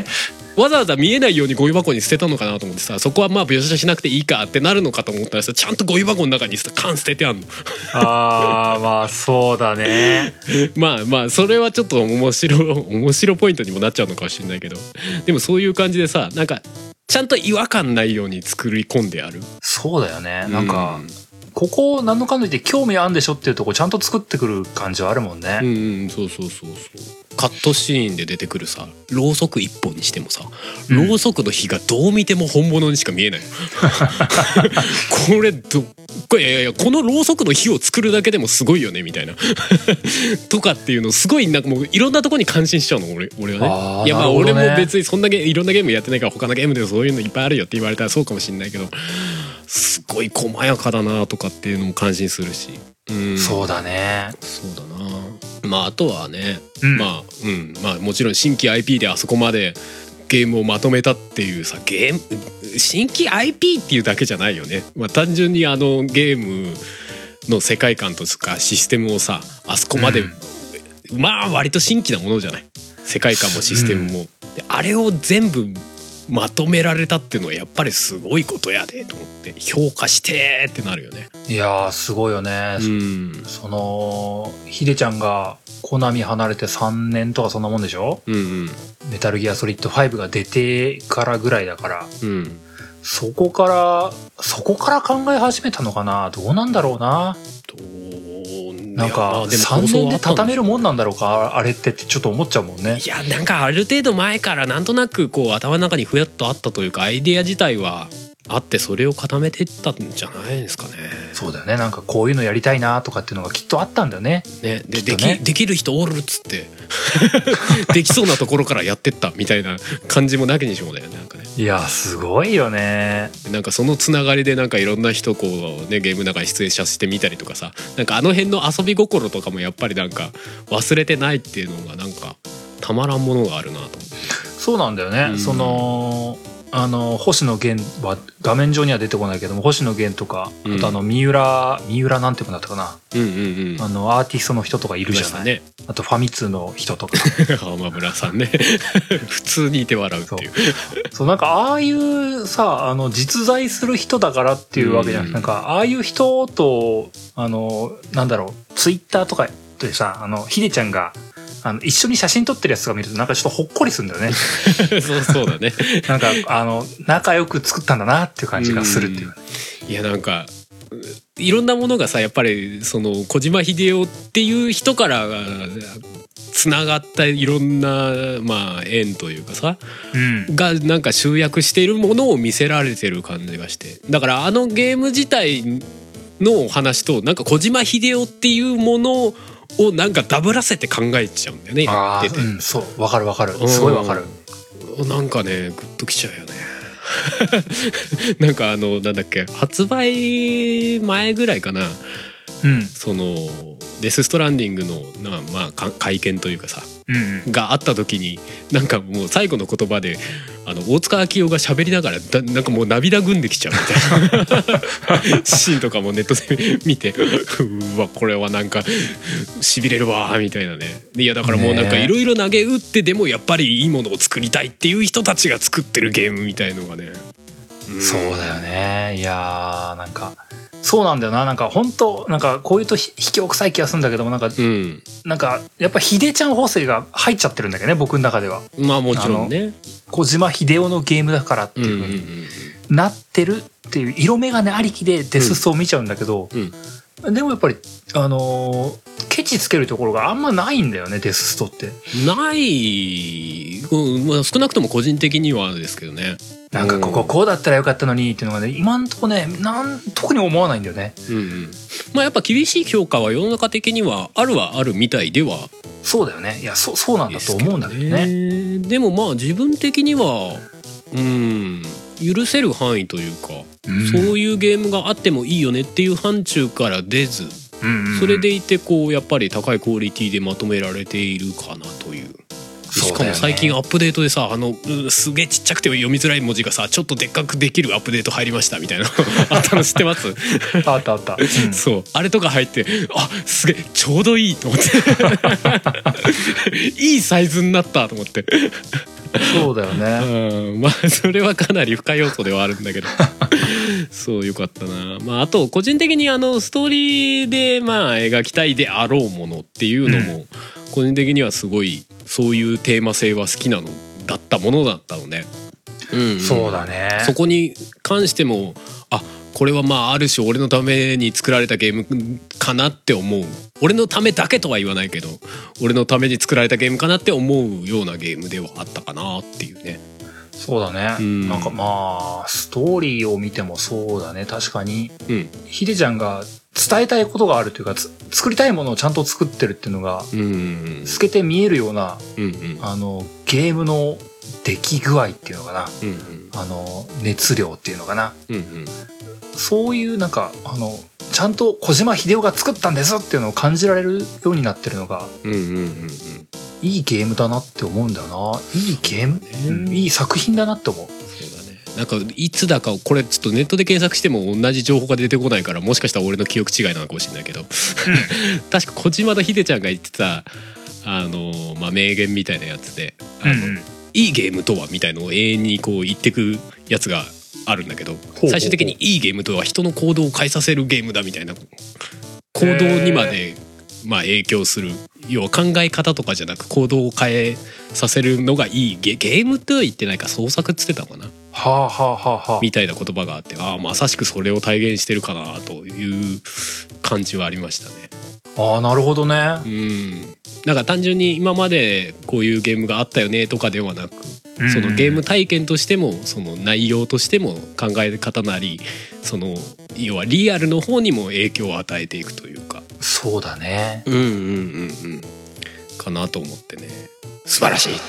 わざわざ見えないようにゴミ箱に捨てたのかなと思ってさ、そこはまあ描写しなくていいかってなるのかと思ったらさ、ちゃんとゴミ箱の中に缶捨ててあんの。 あーまあそうだね。 まあまあそれはちょっと面白ポイントにもなっちゃうのかもしれないけど、でもそういう感じでさ、なんかちゃんと違和感ないように作り込んである。 そうだよね。なんか、ここ何のかんの言って興味あんでしょっていうとこちゃんと作ってくる感じはあるもんね。 そうカットシーンで出てくるさ、ろうそく一本にしてもさ、ろうそくの火がどう見ても本物にしか見えない。これいやこのろうそくの火を作るだけでもすごいよねみたいなとかっていうのすごいなんかもういろんなとこに感心しちゃうの俺はね。いやまあ俺も別にそんだけいろんなゲームやってないから他のゲームでそういうのいっぱいあるよって言われたらそうかもしれないけど、すごい細やかだなとかっていうのも感心するし。 そうだね。 そうだな。まああとはね、まあもちろん新規 IP であそこまでゲームをまとめたっていうさ、新規 IP っていうだけじゃないよね。まあ単純にゲームの世界観とかシステムをさ、あそこまで、まあ割と新規なものじゃない。世界観もシステムも、であれを全部まとめられたっていうのはやっぱりすごいことやでと思って評価してってなるよね。 いやーすごいよね。そのヒデちゃんがコナミ離れて3年とかそんなもんでしょ。メタルギアソリッド5が出てからぐらいだから、そこから考え始めたのかな。どうなんだろうな。なんか3年で畳めるもんなんだろうかあれってちょっと思っちゃうもんね。 いやなんかある程度前からなんとなくこう頭の中にふやっとあったというか、アイデア自体はあってそれを固めていったんじゃないですかね。 そうだよね。なんかこういうのやりたいなとかっていうのがきっとあったんだよね。 できる人おるっつってできそうなところからやってったみたいな感じもなきにしもだよね。なんかね。 いやすごいよね。 なんかそのつながりでなんかいろんな人こうねゲームの中に出演者してみたりとかさ、なんかあの辺の遊び心とかもやっぱりなんか忘れてないっていうのがなんかたまらんものがあるなと思って。 そうなんだよね。その星野源は画面上には出てこないけども、星野源とか、あと三浦なんて子だったかな、アーティストの人とかいるじゃない、ね、あとファミ通の人とか浜村さんね普通にいて笑うっていうそうなんかああいうさ実在する人だからっていうわけじゃなくて、なんかああいう人となんだろう、ツイッターとかでさヒデちゃんが一緒に写真撮ってるやつとか見るとなんかちょっとほっこりするんだよねそうだねなんか仲良く作ったんだなっていう感じがするっていう、 いやなんかいろんなものがさやっぱりその小島秀夫っていう人からつながったいろんなまあ縁というかさ、がなんか集約しているものを見せられてる感じがして、だからゲーム自体の話となんか小島秀夫っていうものをなんかダブらせて考えちゃうんだよね。 そうわかるすごいわかる。 なんかねグッときちゃうよねなんかなんだっけ、発売前ぐらいかな、そのデスストランディングのまあ会見というかさ、があった時になんかもう最後の言葉で大塚明夫が喋りながらなんかもう涙ぐんできちゃうみたいなシーンとかもネットで見てうわこれはなんか痺れるわみたいなね。いやだからもうなんかいろいろ投げ打ってでもやっぱりいいものを作りたいっていう人たちが作ってるゲームみたいのがね、 そうだよね。いやなんかそうなんだよな。なんか本当なんかこういうと卑怯臭い気がするんだけども、なんか、なんかやっぱ秀ちゃん補正が入っちゃってるんだけどね、僕の中では。まあもちろんね、 小島秀夫のゲームだからっていう風になってるっていう色眼鏡ありきでデスストを見ちゃうんだけど、でもやっぱりケチつけるところがあんまないんだよね、デスストってない、まあ、少なくとも個人的にはですけどね。 なんかこうだったらよかったのにっていうのがね、今んとこね特に思わないんだよね。 まあやっぱ厳しい評価は世の中的にはあるみたいでは。 そうだよね。いやそうなんだと思うんだけどね。 でもまあ自分的には許せる範囲というか、そういうゲームがあってもいいよねっていう範疇から出ず、それでいてこうやっぱり高いクオリティでまとめられているかなという。しかも最近アップデートでさすげえちっちゃくて読みづらい文字がさちょっとでっかくできるアップデート入りましたみたいなあったの知ってます？ あった、 そうあれとか入ってすげえちょうどいいと思っていいサイズになったと思ってそうだよね。 まあそれはかなり深い要素ではあるんだけどそうよかったな。まああと個人的にストーリーでまあ描きたいであろうものっていうのも、個人的にはすごいそういうテーマ性は好きなのだったものだったので、 そうだね。 そこに関してもこれはまあある種俺のために作られたゲームかなって思う、俺のためだけとは言わないけど俺のために作られたゲームかなって思うようなゲームではあったかなっていうね。 そうだね、なんかまあストーリーを見てもそうだね、確かに、ヒデちゃんが伝えたいことがあるというか、作りたいものをちゃんと作ってるっていうのが透けて見えるような、ゲームの出来具合っていうのかな、熱量っていうのかな、そういうなんかちゃんと小島秀夫が作ったんですっていうのを感じられるようになってるのが、いいゲームだなって思うんだよな。いいゲーム、いい作品だなって思う。 そうだね。なんかいつだかこれちょっとネットで検索しても同じ情報が出てこないから、もしかしたら俺の記憶違いなのかもしれないけど確か小島の秀ちゃんが言ってたまあ、名言みたいなやつでいいゲームとはみたいのを永遠にこう言ってくやつがあるんだけど、最終的にいいゲームとは人の行動を変えさせるゲームだみたいな、行動にまでまあ影響する、要は考え方とかじゃなく行動を変えさせるのがいいゲームとは言ってないか、創作っつってたのかな、みたいな言葉があって、まさしくそれを体現してるかなという感じはありましたね。 なるほどね。 なんか単純に今までこういうゲームがあったよねとかではなく、そのゲーム体験としてもその内容としても考え方なり、その要はリアルの方にも影響を与えていくというか。 そうだね。 かなと思ってね。素晴らしい。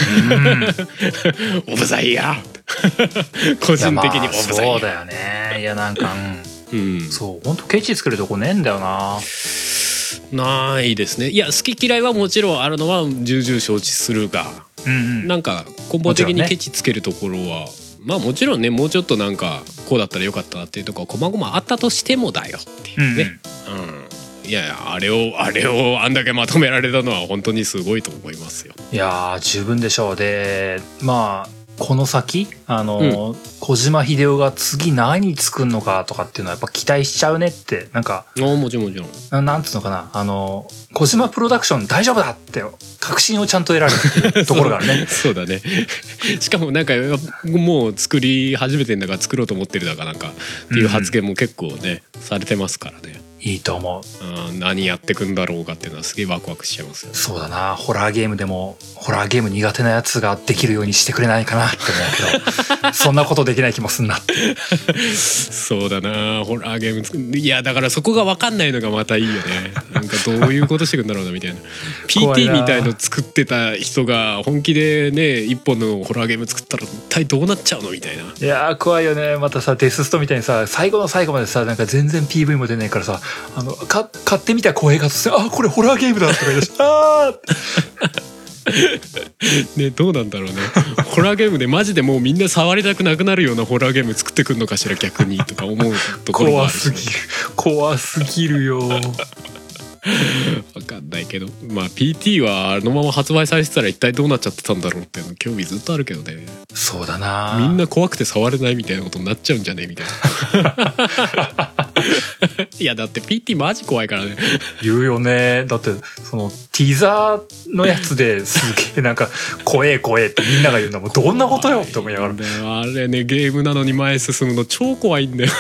オブザイヤー個人的にオブザイヤー。 そうだよね。いやなんか、そう本当ケチつけるとこねえんだよな。 ないですね。いや好き嫌いはもちろんあるのは重々承知するが、なんか根本的にケチつけるところは、まあもちろんね、もうちょっとなんかこうだったらよかったなっていうところは細々あったとしてもだよっていうね。いやいや、あれをあんだけまとめられたのは本当にすごいと思いますよ。 いや十分でしょう。でまあこの先小島秀夫が次何作るのかとかっていうのはやっぱ期待しちゃうねって。なんかもちろんなんつうのかな、小島プロダクション大丈夫だって確信をちゃんと得られるっていうところがあるねそうだねしかもなんかもう作り始めてんだから作ろうと思ってるだかなんかっていう発言も結構ね、されてますからね。 いいと思う。 何やってくんだろうかっていうのはすげえワクワクしちゃいますよね。 そうだな、ホラーゲームでもホラーゲーム苦手なやつができるようにしてくれないかなって思うけどそんなことできない気もすんなってそうだな、ホラーゲームいやだからそこが分かんないのがまたいいよね。なんかどういうことしてくんだろうなみたいなPT みたいの作ってた人が本気でね一本のホラーゲーム作ったら一体どうなっちゃうのみたいな。 いや怖いよね。またさデスストみたいにさ最後の最後までさなんか全然 PV も出ないからさ買ってみた声が突然これホラーゲームだとか言い出してね、どうなんだろうねホラーゲームでマジでもうみんな触りたくなくなるようなホラーゲーム作ってくんのかしら逆にとか思うところもあるし、ね、 怖すぎるよ分かんないけど、まあ PT はあのまま発売されてたら一体どうなっちゃってたんだろうっていうの興味ずっとあるけどね。 そうだな、 みんな怖くて触れないみたいなことになっちゃうんじゃねえみたいないやだって PT マジ怖いからね。 言うよね。だってそのティザーのやつですげえなんか怖えってみんなが言うんだもん。どんなことよって思いながら。 あれねゲームなのに前進むの超怖いんだよ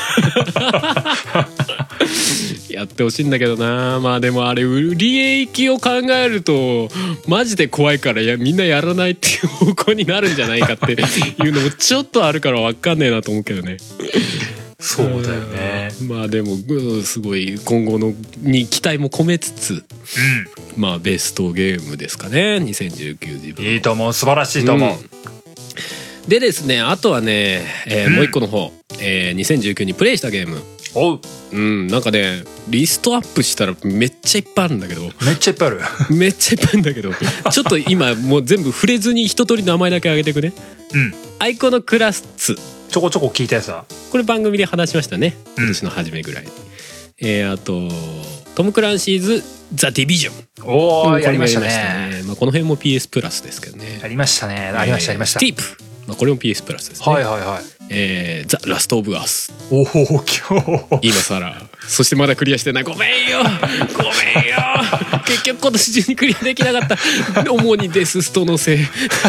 やってほしいんだけどな。まあでもあれ売り益を考えるとマジで怖いからみんなやらないっていう方向になるんじゃないかっていうのもちょっとあるから分かんねえなと思うけどね。 そうだよね。 まあでもすごい今後のに期待も込めつつ、まあベストゲームですかね2019自分。 いいと思う、素晴らしいと思う。 でですね、あとはね、もう一個の方、2019にプレイしたゲーム。なんかねリストアップしたらめっちゃいっぱいあるんだけど。 めっちゃいっぱいあるめっちゃいっぱいあるんだけどちょっと今もう全部触れずに一通り名前だけ挙げていくね。アイコのクラスちょこちょこ聞いたやつだ。 これ番組で話しましたね今年の初めぐらい。あとトム・クランシーズザ・ディビジョン。 おー、やりましたね。 まあ、この辺も PS プラスですけどね。 やりましたね。ありましたありました。 スティープ、まあ、これも PS プラスですね。 はいはいはい。 ザ・ラスト・オブ・アース。 おお、今日今更。そしてまだクリアしてない。ごめんよ結局今年中にクリアできなかった。主にデスストのせい。オ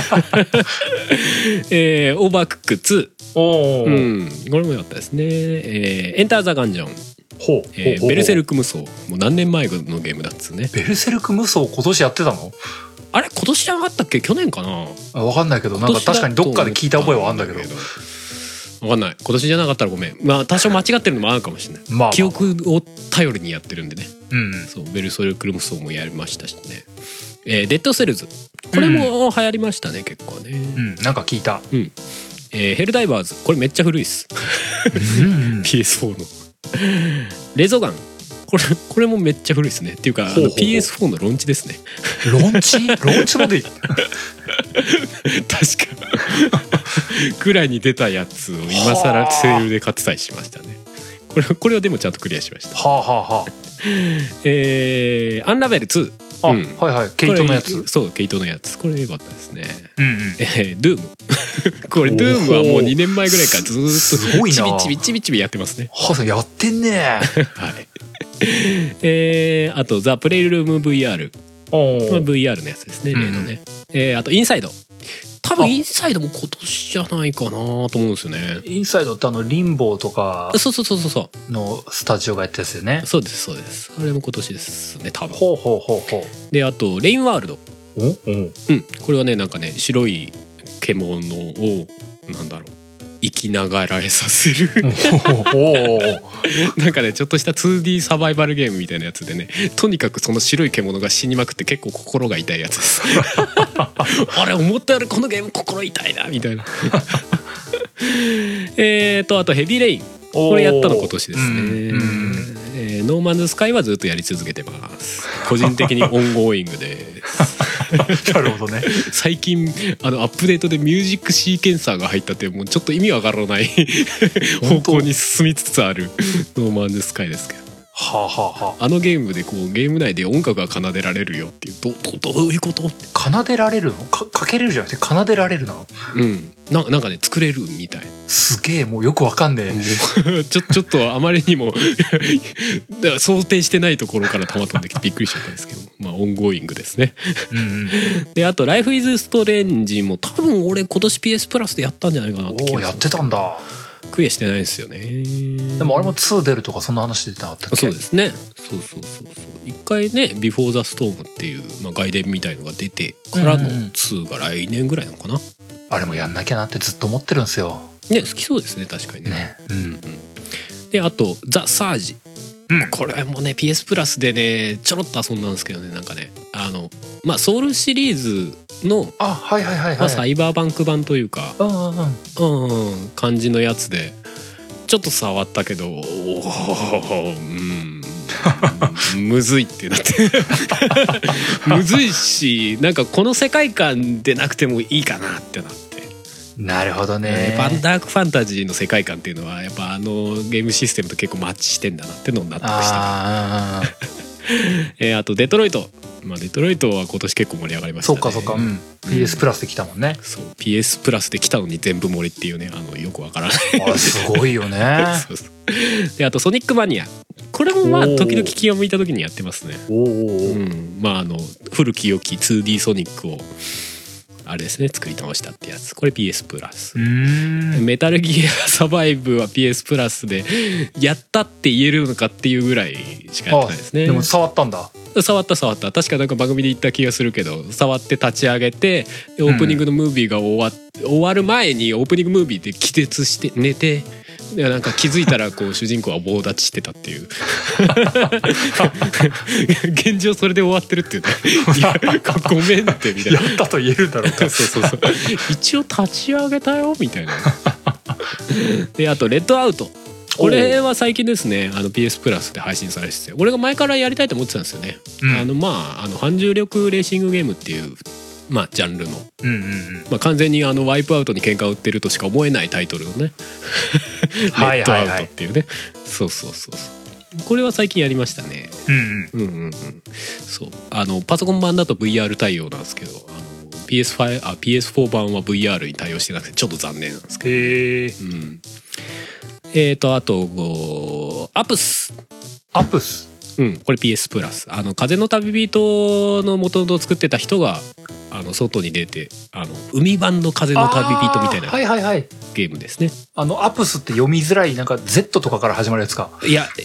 ーバークック2。 おお、 これも良かったですね。エンター・ザ・ガンジョン。ベルセルク無双。もう何年前のゲームだっつね。 ベルセルク無双今年やってたの？ あれ今年じゃなかったっけ？去年かな。 分かんないけど、なんか確かにどっかで聞いた覚えはあるんだけど。 分かんない。今年じゃなかったらごめん。まあ多少間違ってるのもあるかもしれない。まあ、記憶を頼りにやってるんでね。そう、ベルセルク無双もやりましたしね。デッドセルズ。これも流行りましたね、結構ね。 なんか聞いた。 ヘルダイバーズ。これめっちゃ古いっす。PS4 の。レゾガン。これもめっちゃ古いですね。っていうかPS4 のローンチですね。 ローンチまで確かくらいに出たやつを今更セールで買ってたりしましたね。これはでもちゃんとクリアしました。アンラベル2。 はいはい、ケイトのやつ。 そう、ケイトのやつ。これ良かったですね。ドゥーム。これドゥームはもう2年前ぐらいからずっとちびちびやってますね。 やってんね。はい。 あとザ・プレイルーム VR。VR のやつですね、例のね。あとインサイド。多分インサイドも今年じゃないかなと思うんですよね。 インサイドってリンボーとかのスタジオがやったやつよね。 そうですそうです。あれも今年ですね、多分。であとレインワールド。これはね、なんかね、白い獣をなんだろう、生きながらえさせるなんかね、ちょっとした 2D サバイバルゲームみたいなやつでね、とにかくその白い獣が死にまくって結構心が痛いやつですあれ思ったよりこのゲーム心痛いなみたいなあとヘビーレイン。これやったの今年ですね。ノーマンズスカイはずっとやり続けてます。個人的にオンゴーイングですなるほどね。 最近アップデートでミュージックシーケンサーが入ったって、もうちょっと意味わからない方向に進みつつあるノーマンズスカイですけど、あのゲームでこうゲーム内で音楽が奏でられるよっていう、どういうこと？奏でられるの？かけれるじゃなくて奏でられるの？ なんかね、作れるみたい。 すげえ、もうよくわかんねえちょっとあまりにもだから想定してないところから弾飛んできてびっくりしちゃったんですけど、まあオンゴーイングですねであとライフイズストレンジも多分俺今年 PS プラスでやったんじゃないかなって気がする。 やってたんだ。 クリアしてないですよね。 でもあれも2出るとかそんな話出てなかったっけ？ そうですね。そう一回ね、ビフォーザストームっていう、外伝みたいのが出てからの2が来年ぐらいなのかな。 あれもやんなきゃなってずっと思ってるんですよね。好きそうですね、確かにね。であとザ・サージ。これもね PS プラスでねちょろっと遊んだんですけどね、なんかね、ソウルシリーズのサイバーバンク版というか感じのやつでちょっと触ったけど、むずいってなってむずいし、なんかこの世界観でなくてもいいかなってなって。 なるほどね。 ダークファンタジーの世界観っていうのはやっぱゲームシステムと結構マッチしてんだなってのに納得したあとデトロイト。デトロイトは今年結構盛り上がりましたね。そうか、 PS プラスで来たもんね。 そう PS プラスで来たのに全部盛りっていうね、よくわからないすごいよねそうであとソニックマニア。これも時々気が向いた時にやってますね。古き良き 2D ソニックをあれですね、作り直したってやつ。これ PS プラス。メタルギアサバイブは PS プラスでやったって言えるのかっていうぐらいしかやってないですね。 でも触ったんだ。 触った。確かなんか番組で言った気がするけど、触って立ち上げてオープニングのムービーが終わる前にオープニングムービーで気絶して寝て、なんか気づいたらこう主人公は棒立ちしてたっていう現状それで終わってるっていうねいやごめんってみたいな。 やったと言えるだろうかそう一応立ち上げたよみたいなであとレッドアウト。これは最近ですね、PS プラスで配信されてて、俺が前からやりたいと思ってたんですよね。反重力レーシングゲームっていうジャンルの、完全にワイプアウトに喧嘩を売ってるとしか思えないタイトルのねレッドアウトっていうね。そうこれは最近やりましたね。そうパソコン版だと VR 対応なんですけど、PS4 版は VR に対応してなくてちょっと残念なんですけど。あとアプス。これ PS プラス。風の旅人の元々作ってた人が外に出て海版の風の旅人みたいなゲームですね。 アプスって読みづらいなんか Z とかから始まるやつか。 いや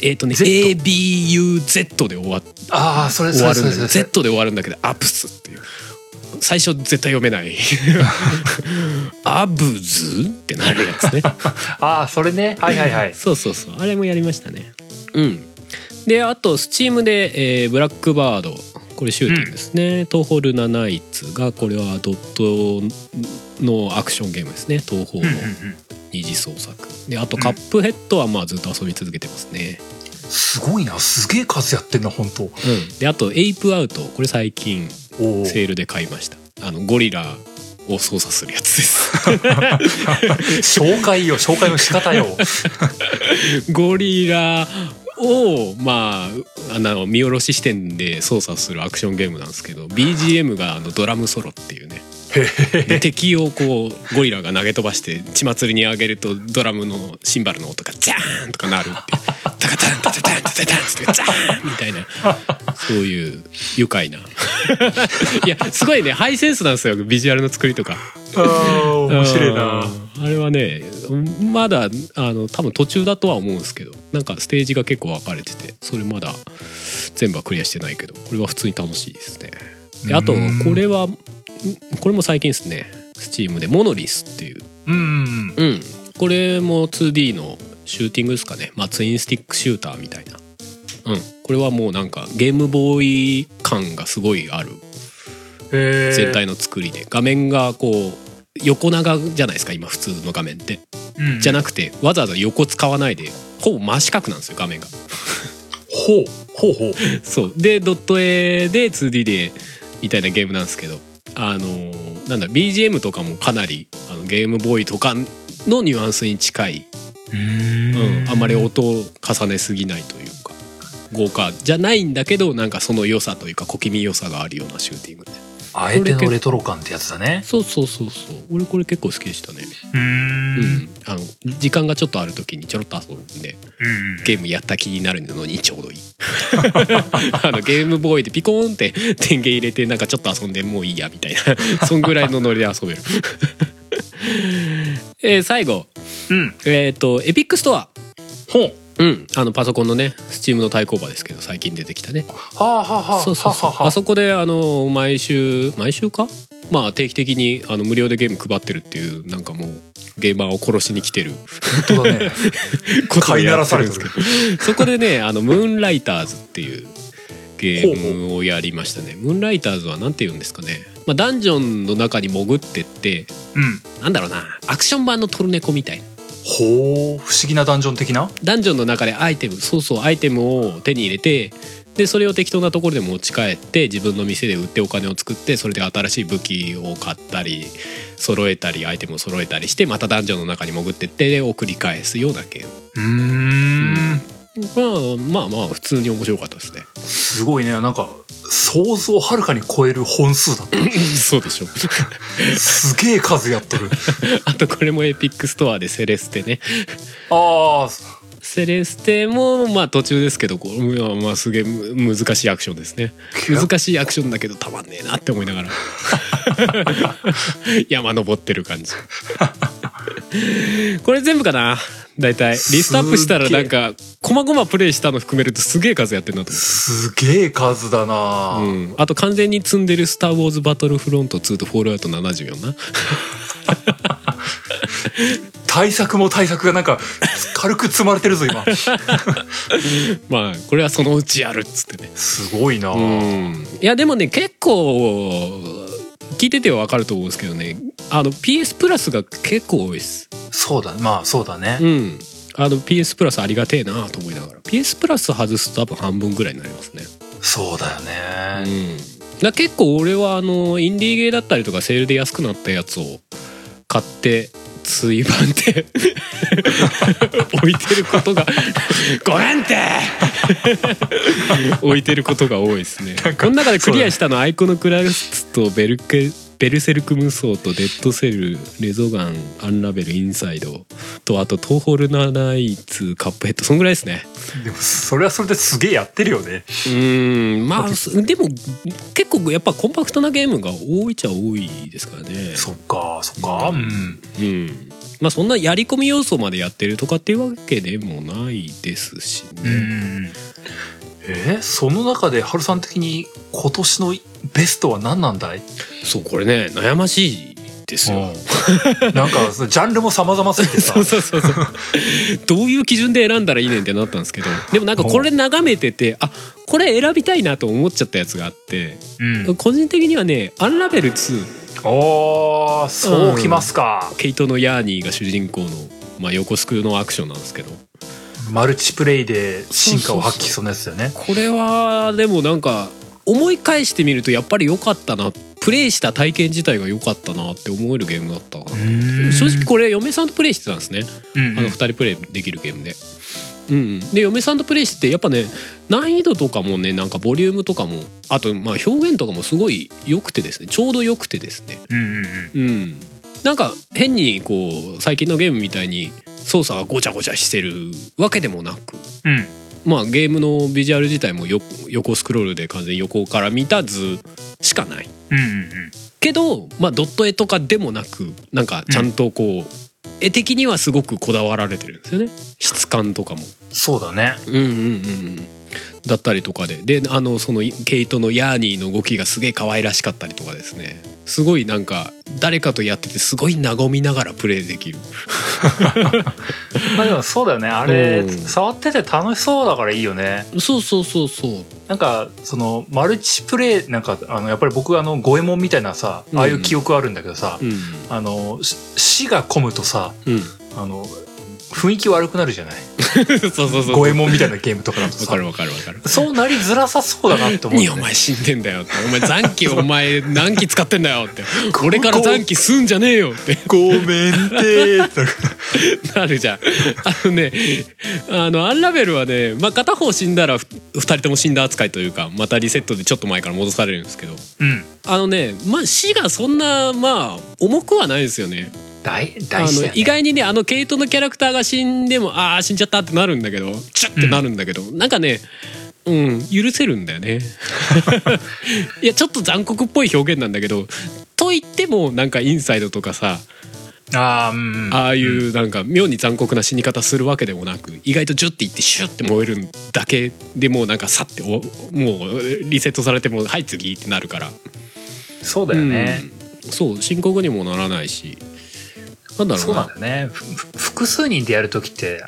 ABUZ で終わるんだけど Z で終わるんだけどアプスっていう最初絶対読めないアブズってなるやつね。 それね。 そうあれもやりましたね。であと Steam で、ブラックバード、これシューティングですね。東宝ルナナイツがこれはドットのアクションゲームですね。東宝の二次創作で、あとカップヘッドはずっと遊び続けてますね。 すごいな、すげえ数やってんな本当。 であとエイプアウト、これ最近セールで買いました。ゴリラを操作するやつです紹介の仕方よゴリラを見下ろし視点で操作するアクションゲームなんですけど、 BGM がドラムソロっていうね。で敵をこうゴリラが投げ飛ばして血祭りに上げるとドラムのシンバルの音がジャーンとかなるっていうタカタンタタタンタタタンってジャーンみたいな、そういう愉快ないやすごいね、ハイセンスなんですよ、ビジュアルの作りとか。 面白いな。 あれはねまだ多分途中だとは思うんですけど、なんかステージが結構分かれてて、それまだ全部はクリアしてないけど、これは普通に楽しいですね。であとこれも最近ですね、Steam でモノリスっていう、これも 2D のシューティングですかね。ツインスティックシューターみたいな。これはもうなんかゲームボーイ感がすごいある全体の作りで、画面がこう横長じゃないですか今普通の画面って、じゃなくてわざわざ横使わないでほぼ真四角なんですよ画面がほうそうでドット絵で 2D でみたいなゲームなんですけど、BGM とかもかなりゲームボーイとかのニュアンスに近い、あんまり音を重ねすぎないというか豪華じゃないんだけど、なんかその良さというか小気味良さがあるようなシューティングで、 あえてのレトロ感ってやつだね。 そう俺これ結構好きでしたね。時間がちょっとある時にちょろっと遊んで、ゲームやった気になるのにちょうどいいゲームボーイでピコーンって電源入れてなんかちょっと遊んでもういいやみたいなそんぐらいのノリで遊べる最後、エピックストア。パソコンのね、スチームの対抗馬ですけど最近出てきたね。あそこで毎週か、定期的に無料でゲーム配ってるっていう、なんかもうゲーマーを殺しに来てる本当だねことをやってるんですけどそこでねムーンライターズっていうゲームをやりましたね。ムーンライターズはなんて言うんですかね、ダンジョンの中に潜ってって、なんだろうな、アクション版のトルネコみたいな。 不思議なダンジョン的な。 ダンジョンの中でアイテムを手に入れて、でそれを適当なところで持ち帰って自分の店で売ってお金を作って、それで新しい武器を買ったり揃えたりアイテムを揃えたりして、またダンジョンの中に潜ってってを繰り返すようなゲーム。普通に面白かったですね。 すごいね、なんか想像をはるかに超える本数だったそうでしょすげえ数やってるあとこれもエピックストアでセレステね。セレステも途中ですけど、すげえ難しいアクションですね。難しいアクションだけどたまんねえなって思いながら山登ってる感じこれ全部かな、だいたいリストアップしたらなんかこまごまプレイしたの含めるとすげえ数やってるなと思って。 すげえ数だな、 あと完全に積んでるスターウォーズバトルフロント2とフォールアウト74な対策がなんか軽く積まれてるぞ今これはそのうちやるっつってね。 すごいな。 いやでもね、結構聞いてては分かると思うんですけどね、PS プラスが結構多いです。 そうだね。 PS プラスありがてえなと思いながら、 PS プラス外すと多分半分ぐらいになりますね。 そうだよね。 結構俺はインディーゲーだったりとかセールで安くなったやつを買ってついばんって置いてることがごめんって置いてることが多いですね。この中でクリアしたのはアイコノクラスとベルセルク無双とデッドセル、レゾガン、アンラベル、インサイドと、あとトーホルナナイツ、カップヘッド、そんぐらいですね。 でもそれはそれですげえやってるよね。 まあでも結構やっぱコンパクトなゲームが多いっちゃ多いですからね。 そっかそっか。 まあそんなやり込み要素までやってるとかっていうわけでもないですしね。 その中でハルさん的に今年のベストは何なんだい？ そう、これね悩ましいですよ。 なんかジャンルも様々すぎてさそうどういう基準で選んだらいいねんってなったんですけど、でもなんかこれ眺めてて、あ、これ選びたいなと思っちゃったやつがあって、個人的にはねアンラベル2。 おー、そうきますか。 ケイトのヤーニーが主人公の、まあ、横スクのアクションなんですけど、 マルチプレイで進化を発揮しそうなやつだよね。 これはでもなんか思い返してみるとやっぱり良かったな、プレイした体験自体が良かったなって思えるゲームだったかな。正直これ嫁さんとプレイしてたんですね。2人プレイできるゲームで。で嫁さんとプレイしてやっぱね、難易度とかもね、なんかボリュームとかも、あとまあ表現とかもすごい良くてですね、ちょうど良くてですね、なんか変にこう最近のゲームみたいに操作がごちゃごちゃしてるわけでもなく、まあゲームのビジュアル自体も横スクロールで完全に横から見た図しかない、けどまあドット絵とかでもなく、なんかちゃんとこう、絵的にはすごくこだわられてるんですよね、質感とかも。 そうだね。 だったりとかで、そのケイトのヤーニーの動きがすげえ可愛らしかったりとかですね、すごいなんか誰かとやっててすごい和みながらプレイできるまあでもそうだよね、あれ触ってて楽しそうだからいいよね。 そうなんかそのマルチプレイ、なんかやっぱり僕五右衛門みたいなさ、ああいう記憶あるんだけどさ、死が込むとさ、雰囲気悪くなるじゃない。 そう五右衛門みたいなゲームとかだとさ、 わかるそうなりづらさそうだなって思う、ね。 お前死んでんだよって、お前残機お前何機使ってんだよって、俺から残機すんじゃねえよってごめんってなるじゃん。アンラベルはね、まあ、片方死んだら2人とも死んだ扱いというか、またリセットでちょっと前から戻されるんですけど、まあ死がそんなまあ重くはないですよね。 大事だよね。 意外にね、ケイトのキャラクターが死んでも死んじゃったってなるんだけど、チュッってなるんだけど、なんかね、許せるんだよねいやちょっと残酷っぽい表現なんだけど、と言ってもなんかインサイドとかさ、ああいうなんか妙に残酷な死に方するわけでもなく、意外とジュッていってシュッて燃えるだけでもうなんかさってもうリセットされてもはい次ってなるから。 そうだよね、 そう深刻にもならないし、なんだろうな。 そうなんだよね。複数人でやるときって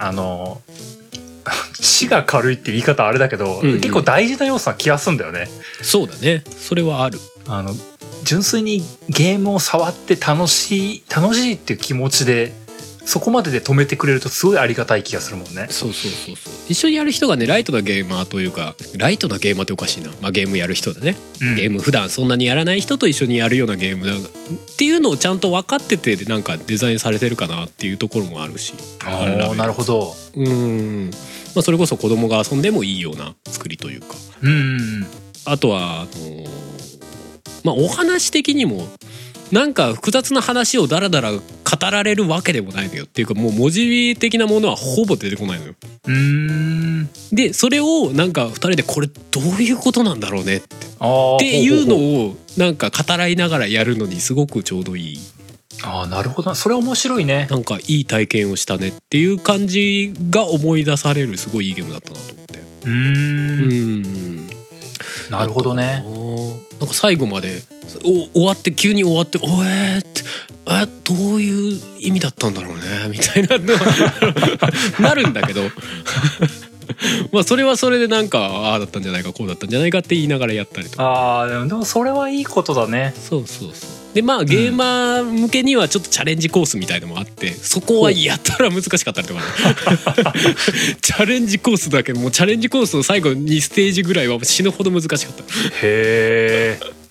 死が軽いって言い方あれだけど、結構大事な要素な気がするんだよね。 そうだね、それはある。 純粋にゲームを触って楽しいっていう気持ちでそこまでで止めてくれるとすごいありがたい気がするもんね。 そう一緒にやる人がね、ライトなゲーマーというか、ライトなゲーマーっておかしいな、まあ、ゲームやる人だね、ゲーム普段そんなにやらない人と一緒にやるようなゲームだっていうのをちゃんと分かってて、なんかデザインされてるかなっていうところもあるし。 なるほど。 まあ、それこそ子供が遊んでもいいような作りというか、あとはまあお話的にもなんか複雑な話をダラダラ語られるわけでもないのよっていうか、もう文字的なものはほぼ出てこないのよ。でそれをなんか2人でこれどういうことなんだろうねっていうのをなんか語らいながらやるのにすごくちょうどいい。 なるほど、それ面白いね。 なんかいい体験をしたねっていう感じが思い出されるすごいいいゲームだったなと思って。 なるほどね。 なんか最後まで終わって急に終わってどういう意味だったんだろうねみたいなのなるんだけどまあそれはそれでなんかああだったんじゃないかこうだったんじゃないかって言いながらやったりとか。 でもそれはいいことだね。 そうでまあゲーマー向けにはちょっとチャレンジコースみたいのもあって、そこはやったら難しかったりとかねチャレンジコースだけど、もうチャレンジコースの最後2ステージぐらいは死ぬほど難しかった。 へえ。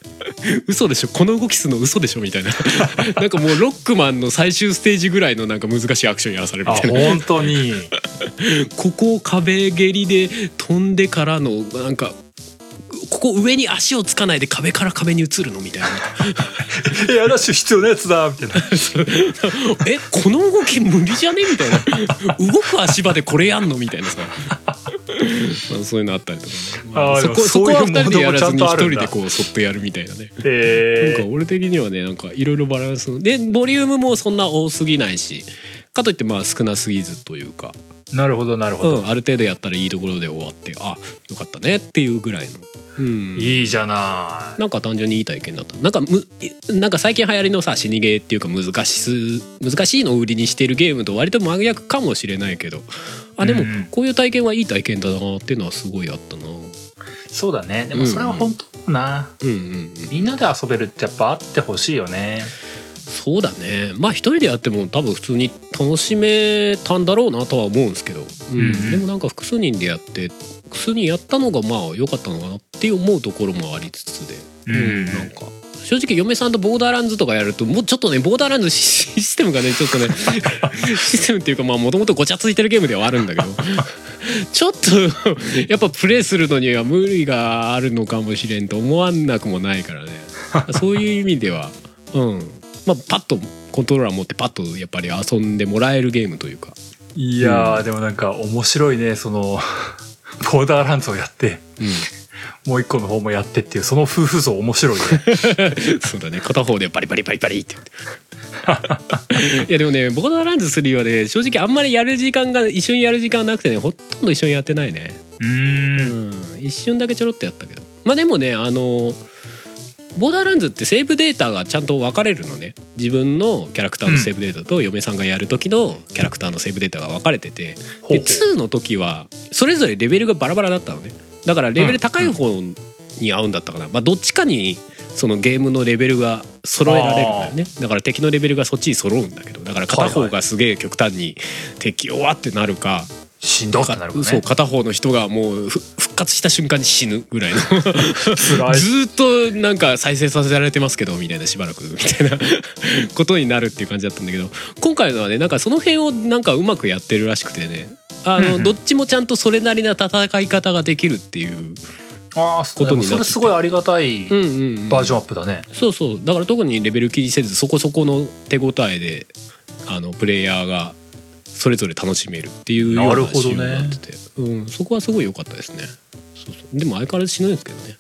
嘘でしょ、この動きするの嘘でしょみたいななんかもうロックマンの最終ステージぐらいのなんか難しいアクションやらされるみたいな。 本当にここを壁蹴りで飛んでからのなんかここ上に足をつかないで壁から壁に移るのみたいなエアダッシュ必要なやつだみたいなこの動き無理じゃねみたいな動く足場でこれやんのみたいなさそういうのあったりとかね、そこは2人でやらずに1人でこうそっとやるみたいなね、なんか俺的にはねなんかいろいろバランスでボリュームもそんな多すぎないしかといってまあ少なすぎずというか。 なるほどなるほど、 ある程度やったらいいところで終わってよかったねっていうぐらいの、 いいじゃない。 なんか単純にいい体験だった。なんか最近流行りのさ死にゲーっていうか難しいのを売りにしているゲームと割と真逆かもしれないけどでもこういう体験はいい体験だなっていうのはすごいあったな。 そうだね。でもそれは本当だな、みんなで遊べるってやっぱあってほしいよね。 そうだね。まあ一人でやっても多分普通に楽しめたんだろうなとは思うんですけど、でもなんか複数人でやって複数人やったのがまあ良かったのかなって思うところもありつつで、なんか正直嫁さんとボーダーランズとかやるともうちょっとねボーダーランズシステムがねちょっとねシステムっていうかまあもともとごちゃついてるゲームではあるんだけどちょっとやっぱプレイするのには無理があるのかもしれんと思わなくもないからねそういう意味ではまあパッとコントローラー持ってパッとやっぱり遊んでもらえるゲームというか。 いやでもなんか面白いねそのボーダーランズをやって、もう一個の方もやってっていうその夫婦像面白いねそうだね、片方でバリバリバリバリっていやでもねボーダーランズ3はね正直あんまりやる時間が一緒にやる時間なくてねほとんど一緒にやってないね。一瞬だけちょろっとやったけどまあでもねボーダーランズってセーブデータがちゃんと分かれるのね。自分のキャラクターのセーブデータと嫁さんがやる時のキャラクターのセーブデータが分かれてて、で2の時はそれぞれレベルがバラバラだったのね。だからレベル高い方に合うんだったかな、まあどっちかにそのゲームのレベルが揃えられるんだよね。だから敵のレベルがそっちに揃うんだけど、だから片方がすげえ極端に敵弱ってなるかしんどくなるかね。 そう片方の人がもう復活した瞬間に死ぬぐらいの辛いずっとなんか再生させられてますけどみたいなしばらくみたいなことになるっていう感じだったんだけど、今回のはねなんかその辺をなんかうまくやってるらしくてねどっちもちゃんとそれなりな戦い方ができるっていうことになってて、 それすごいありがたいバージョンアップだね。 そうそう、だから特にレベル気にせずそこそこの手応えでプレイヤーがそれぞれ楽しめるっていうような仕様になってて、そこはすごい良かったですね。そうでも相変わらず死ぬんですけどね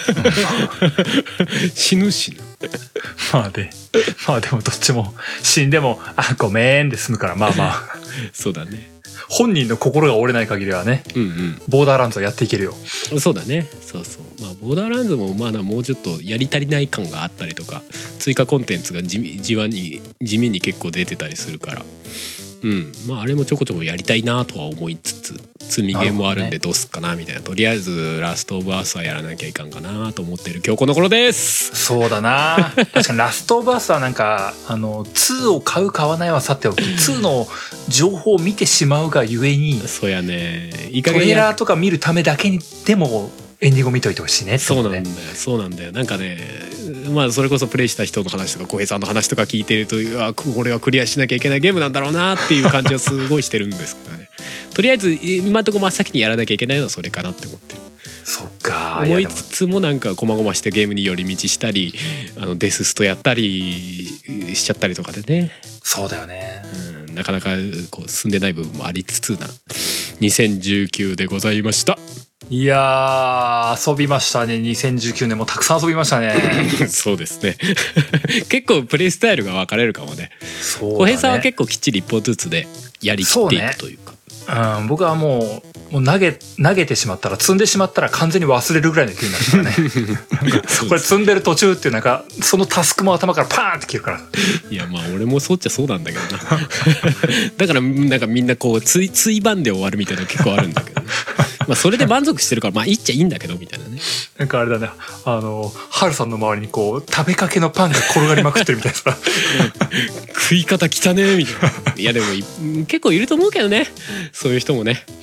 死ぬまあでもどっちも死んでもごめんで済むからまあそうだね、 本人の心が折れない限りはね、ボーダーランズはやっていけるよ。 そうだね、そうまあボーダーランズもまあもうちょっとやり足りない感があったりとか追加コンテンツが地味に結構出てたりするからまああれもちょこちょこやりたいなとは思いつつ積みゲーもあるんでどうすっかなみたいな、とりあえずラストオブアースはやらなきゃいかんかなと思ってる今日この頃です。 そうだな確かにラストオブアースはなんか2を買う買わないはさておき2の情報を見てしまうがゆえにそうやね、 トレーラーとか見るためだけにでもエンディングを見といてほしいね。 そうなんだよなんかね、まあそれこそプレイした人の話とか小平さんの話とか聞いてるとこれはクリアしなきゃいけないゲームなんだろうなっていう感じはすごいしてるんですけどねとりあえず今のところ真っ先にやらなきゃいけないのはそれかなって思ってる。 そっか、 思いつつもなんか細々してゲームに寄り道したりデスストやったりしちゃったりとかでね。 そうだよね、 なかなかこう進んでない部分もありつつな2019でございました。 いや遊びましたね。2019年もたくさん遊びましたねそうですね結構プレイスタイルが分かれるかもね。小平さんは結構きっちり一歩ずつでやりきっていくというか、 僕はもう投げてしまったら積んでしまったら完全に忘れるぐらいの勢いになってたねこれ積んでる途中っていうなんかそのタスクも頭からパーンって切るから。 いやまあ俺もそうっちゃそうなんだけどなだからなんかみんなこうついばんで終わるみたいなの結構あるんだけどねまあそれで満足してるからまあいいっちゃいいんだけどみたいなね。 なんかあれだね、ハルさんの周りにこう食べかけのパンが転がりまくってるみたいなさ食い方汚ねえみたいな。いやでも結構いると思うけどねそういう人もね。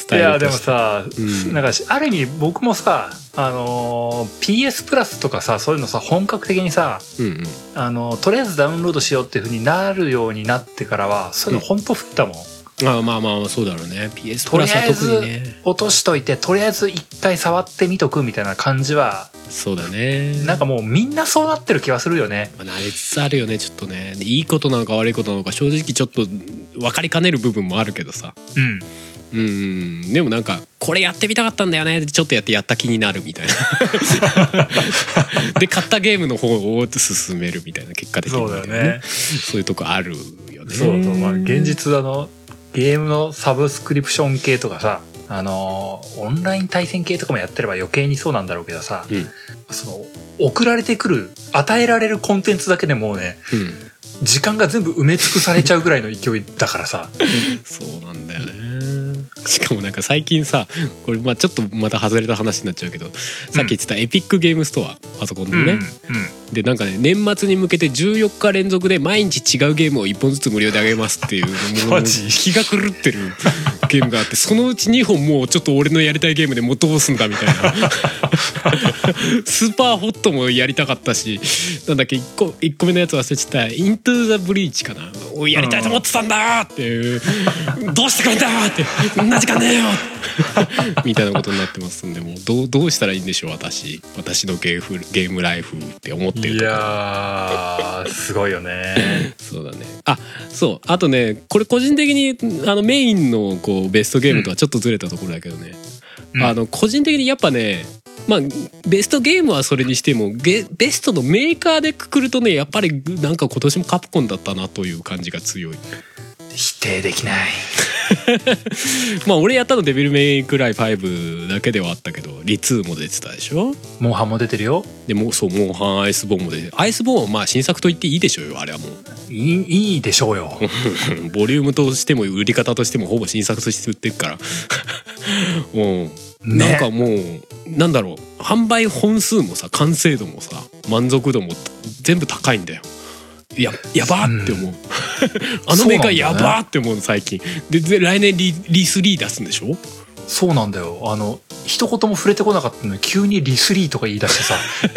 タイルとして。 いやでもさ、なんかある意味僕もさ、PS プラスとかさ、そういうのさ本格的にさ、とりあえずダウンロードしようっていう風になるようになってからは、そういうの本当増えたもん。 まあそうだろうね。PS プラスは特にね。 落としといて、とりあえず一回触ってみとくみたいな感じは。 そうだね。 なんかもうみんなそうなってる気はするよね。 慣れつつあるよね、ちょっとね。いいことなのか悪いことなのか正直ちょっと分かりかねる部分もあるけどさ。でもなんかこれやってみたかったんだよね、ちょっとやった気になるみたいなで買ったゲームの方を進めるみたいな、結果的に、 そうだよね。 そういうとこあるよね。 そう、まあ、現実ゲームのサブスクリプション系とかさ、オンライン対戦系とかもやってれば余計にそうなんだろうけどさ、その送られてくる与えられるコンテンツだけでもうね、時間が全部埋め尽くされちゃうぐらいの勢いだからさそうなんだよね。しかもなんか最近さ、これまあちょっとまた外れた話になっちゃうけど、さっき言ってたエピックゲームストア、パソコンのね、でなんかね、年末に向けて14日連続で毎日違うゲームを1本ずつ無料であげますっていうもう気が狂ってるゲームがあって、そのうち2本もうちょっと俺のやりたいゲームでもうどうすんだみたいなスーパーホットもやりたかったし、なんだっけ、1個目のやつ忘れちゃった、イントゥーザブリーチかな、おいやりたいと思ってたんだっていうどうしてくれんだってこんな時間ねえよみたいなことになってますんで、もうどうしたらいいんでしょう、私のゲームライフって思ってるところ。 いやーすごいよねそうだね。そうあとね、これ個人的にメインのこうベストゲームとはちょっとずれたところだけどね、個人的にやっぱね、まあベストゲームはそれにしてもベストのメーカーでくくるとね、やっぱりなんか今年もカプコンだったなという感じが強い。 否定できないまあ俺やったのデビルメイクライ5だけではあったけど、リ2も出てたでしょ。 モンハンも出てるよ。 でもそう、モンハンアイスボーンも出てる。アイスボーンはまあ新作と言っていいでしょうよ、あれはもういいでしょうよボリュームとしても売り方としてもほぼ新作として売ってるからもうなんかもうなんだろう、販売本数もさ、完成度もさ、満足度も全部高いんだよ。やばーって思う、あのメーカーやばーって思う最近で来年リ3出すんでしょ。 そうなんだよ。一言も触れてこなかったのに急にリ3とか言い出してさ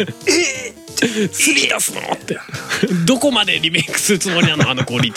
3出すのってどこまでリメイクするつもりなの、あのクオリテ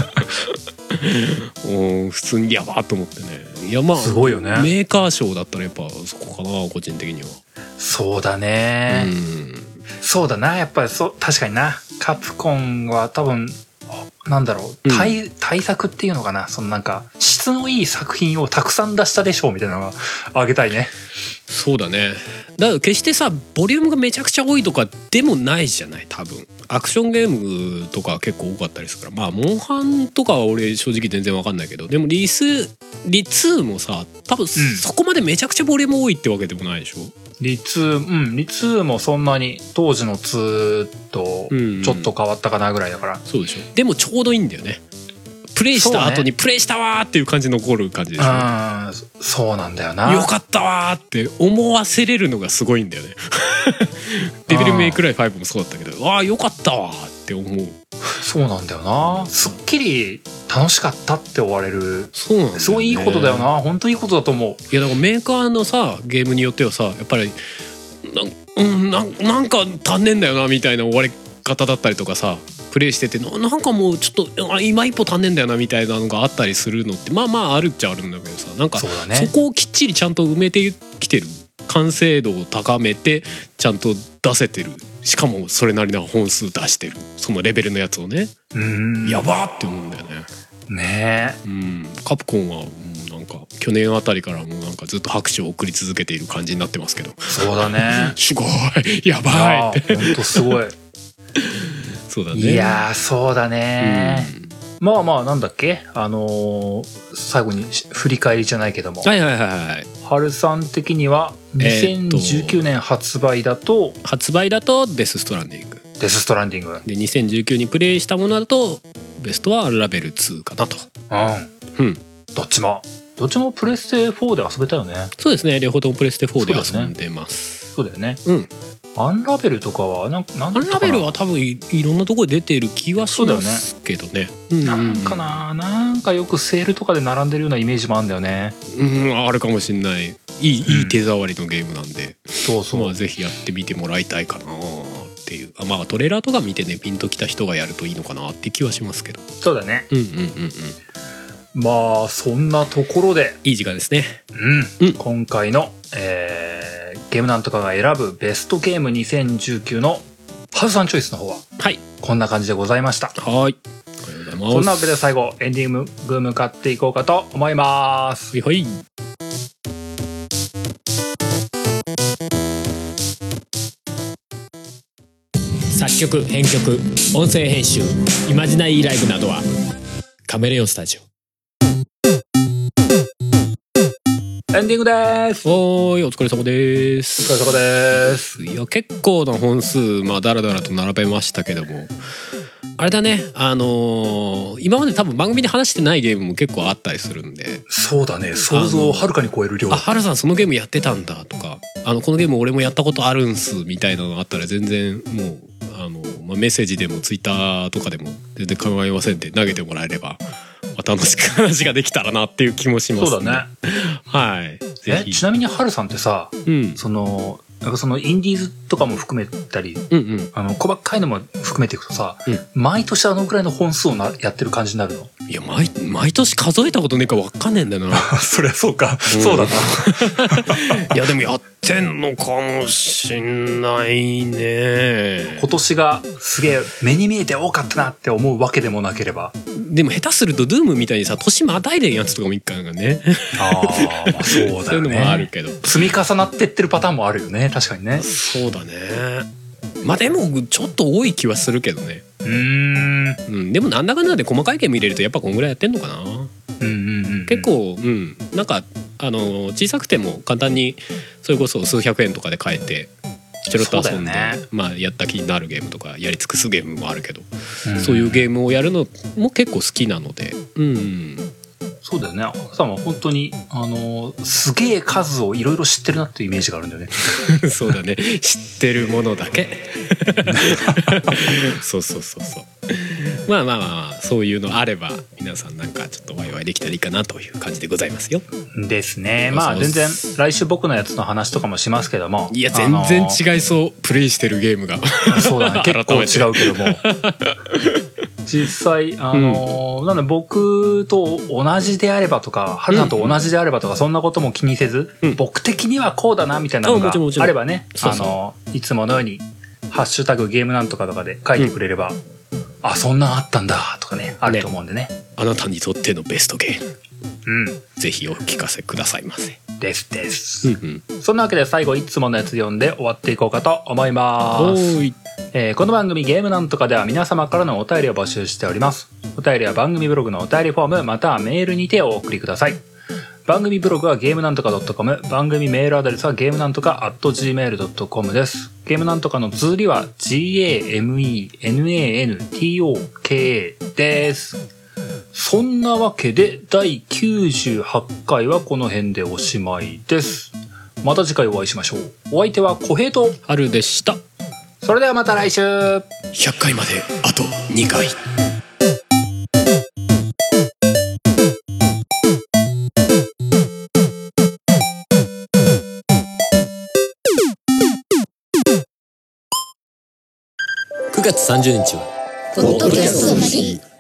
ィ普通にやばーと思ってね。いやまあすごいよね。 メーカー賞だったらやっぱそこかな、個人的には。 そうだね、そうだな、やっぱり確かにな。カプコンは多分なんだろう、対策っていうのかな、そのなんか質のいい作品をたくさん出したでしょうみたいなのがあげたいね。 そうだね。だから決してさボリュームがめちゃくちゃ多いとかでもないじゃない。多分アクションゲームとかは結構多かったりするから、まあモンハンとかは俺正直全然わかんないけど、でもリ2もさ多分そこまでめちゃくちゃボリューム多いってわけでもないでしょ。 リ2もそんなに当時の2とちょっと変わったかなぐらいだから、 そうでしょ。でもちょうどいいんだよね。プレイした後にプレイしたわーっていう感じ残る感じでしょ。 そうなんだよな。 よかったわーって思わせれるのがすごいんだよねデビルメイクライ5もそうだったけど、よかったわーって思う。 そうなんだよな。すっきり楽しかったって終われる。 そうなんだよね。 すごいいいことだよな。本当いいことだと思う。 いやだからメーカーのさゲームによってはさ、やっぱりなんか足んねえんだよなみたいな終わり方だったりとかさ、プレイしててなんかもうちょっと今一歩足んねえんだよなみたいなのがあったりするのってまああるっちゃあるんだけどさ、なんか そこをきっちりちゃんと埋めてきてる、完成度を高めてちゃんと出せてる、しかもそれなりの本数出してる、そのレベルのやつをね、やばーって思うんだよね。ねえ、カプコンはなんか去年あたりからもうなんかずっと拍手を送り続けている感じになってますけど。 そうだねすごいやばいって本当すごいそうだね。 いやそうだね、まあなんだっけ、最後に振り返りじゃないけども、春さん的には2019年発売だとデスストランディングで、2019にプレイしたものだとベストはラベル2かなと。 どっちもプレステ4で遊べたよね。 そうですね、両方ともプレステ4で遊んでます。 そうだよね。 アンラベルとかはなんアンラベルは多分いろんなところで出てる気はしますけどね。 なんかなんかよくセールとかで並んでるようなイメージもあるんだよね。 あるかもしんない。いい手触りのゲームなんで、 そうそう、 まあぜひやってみてもらいたいかなっていう。まあトレーラーとか見てね、ピンときた人がやるといいのかなって気はしますけど。 そうだね。まあそんなところでいい時間ですね。 今回の、ゲームなんとかが選ぶベストゲーム2019のハルさんチョイスの方は、はい、こんな感じでございました。 はい、 そんなわけで最後エンディング向かっていこうかと思います。 はい。作曲編曲音声編集イマジナリーライブなどはカメレオンスタジオ。 エンディングです。 お疲れ様です。 お疲れ様です。 いや結構な本数だらだらと並べましたけども、あれだね、今まで多分番組で話してないゲームも結構あったりするんで。 そうだね、想像をはるかに超える量。 はるさんそのゲームやってたんだとか、このゲーム俺もやったことあるんすみたいなのがあったら全然もうメッセージでもツイッターとかでも全然構いませんで投げてもらえれば、楽しく話ができたらなっていう気もします、ね。 そうだね。 はい。ぜひ。 ちなみにはるさんってさ、そのインディーズとかも含めたり、細かいのも含めていくとさ、毎年あのぐらいの本数をやってる感じになるの？ いや毎年数えたことねえか分かんねえんだよな。 そりゃそうか、そうだな。 いやでもやってんのかもしんないね。 今年がすげえ目に見えて多かったなって思うわけでもなければ。 でも下手するとドゥームみたいにさ年またいでんやつとかもいっかんがね。 そうだよね。 そういうのもあるけど、 積み重なってってるパターンもあるよね。確かにね。 そうだね。でもちょっと多い気はするけどね。でもなんだかんだで細かいゲーム入れるとやっぱこんぐらいやってんのかな。結構なんか小さくても簡単にそれこそ数百円とかで買えてちょろっと遊んで、やった気になるゲームとかやり尽くすゲームもあるけど、そういうゲームをやるのも結構好きなので。 そうだよね。さんは本当にすげえ数をいろいろ知ってるなっていうイメージがあるんだよね。 そうだね。知ってるものだけ。そう。まあそういうのあれば皆さんなんかちょっとワイワイできたらいいかなという感じでございますよ。 ですね。全然来週僕のやつの話とかもしますけども。 いや全然違いそう。プレイしてるゲームが。 そうだね。結構違うけども。実際なんで僕と同じであればとか、はるさんと同じであればとか、そんなことも気にせず、僕的にはこうだなみたいなのがあればね、いつものようにハッシュタグゲームなんとかとかで書いてくれれば、そんなんあったんだとかね、あると思うんでね。 あなたにとってのベストゲーム、ぜひお聞かせくださいませ。 です。そんなわけで最後いつものやつ読んで終わっていこうかと思います。この番組ゲームなんとかでは皆様からのお便りを募集しております。お便りは番組ブログのお便りフォームまたはメールにてお送りください。番組ブログはゲームなんとか .com、 番組メールアドレスはゲームなんとか @gmail.com です。ゲームなんとかの綴りは GAMENANTOKA です。そんなわけで第98回はこの辺でおしまいです。また次回お会いしましょう。お相手は小平と春でした。 それではまた来週。 100回まであと2回。9月30日はポッドキャストの日。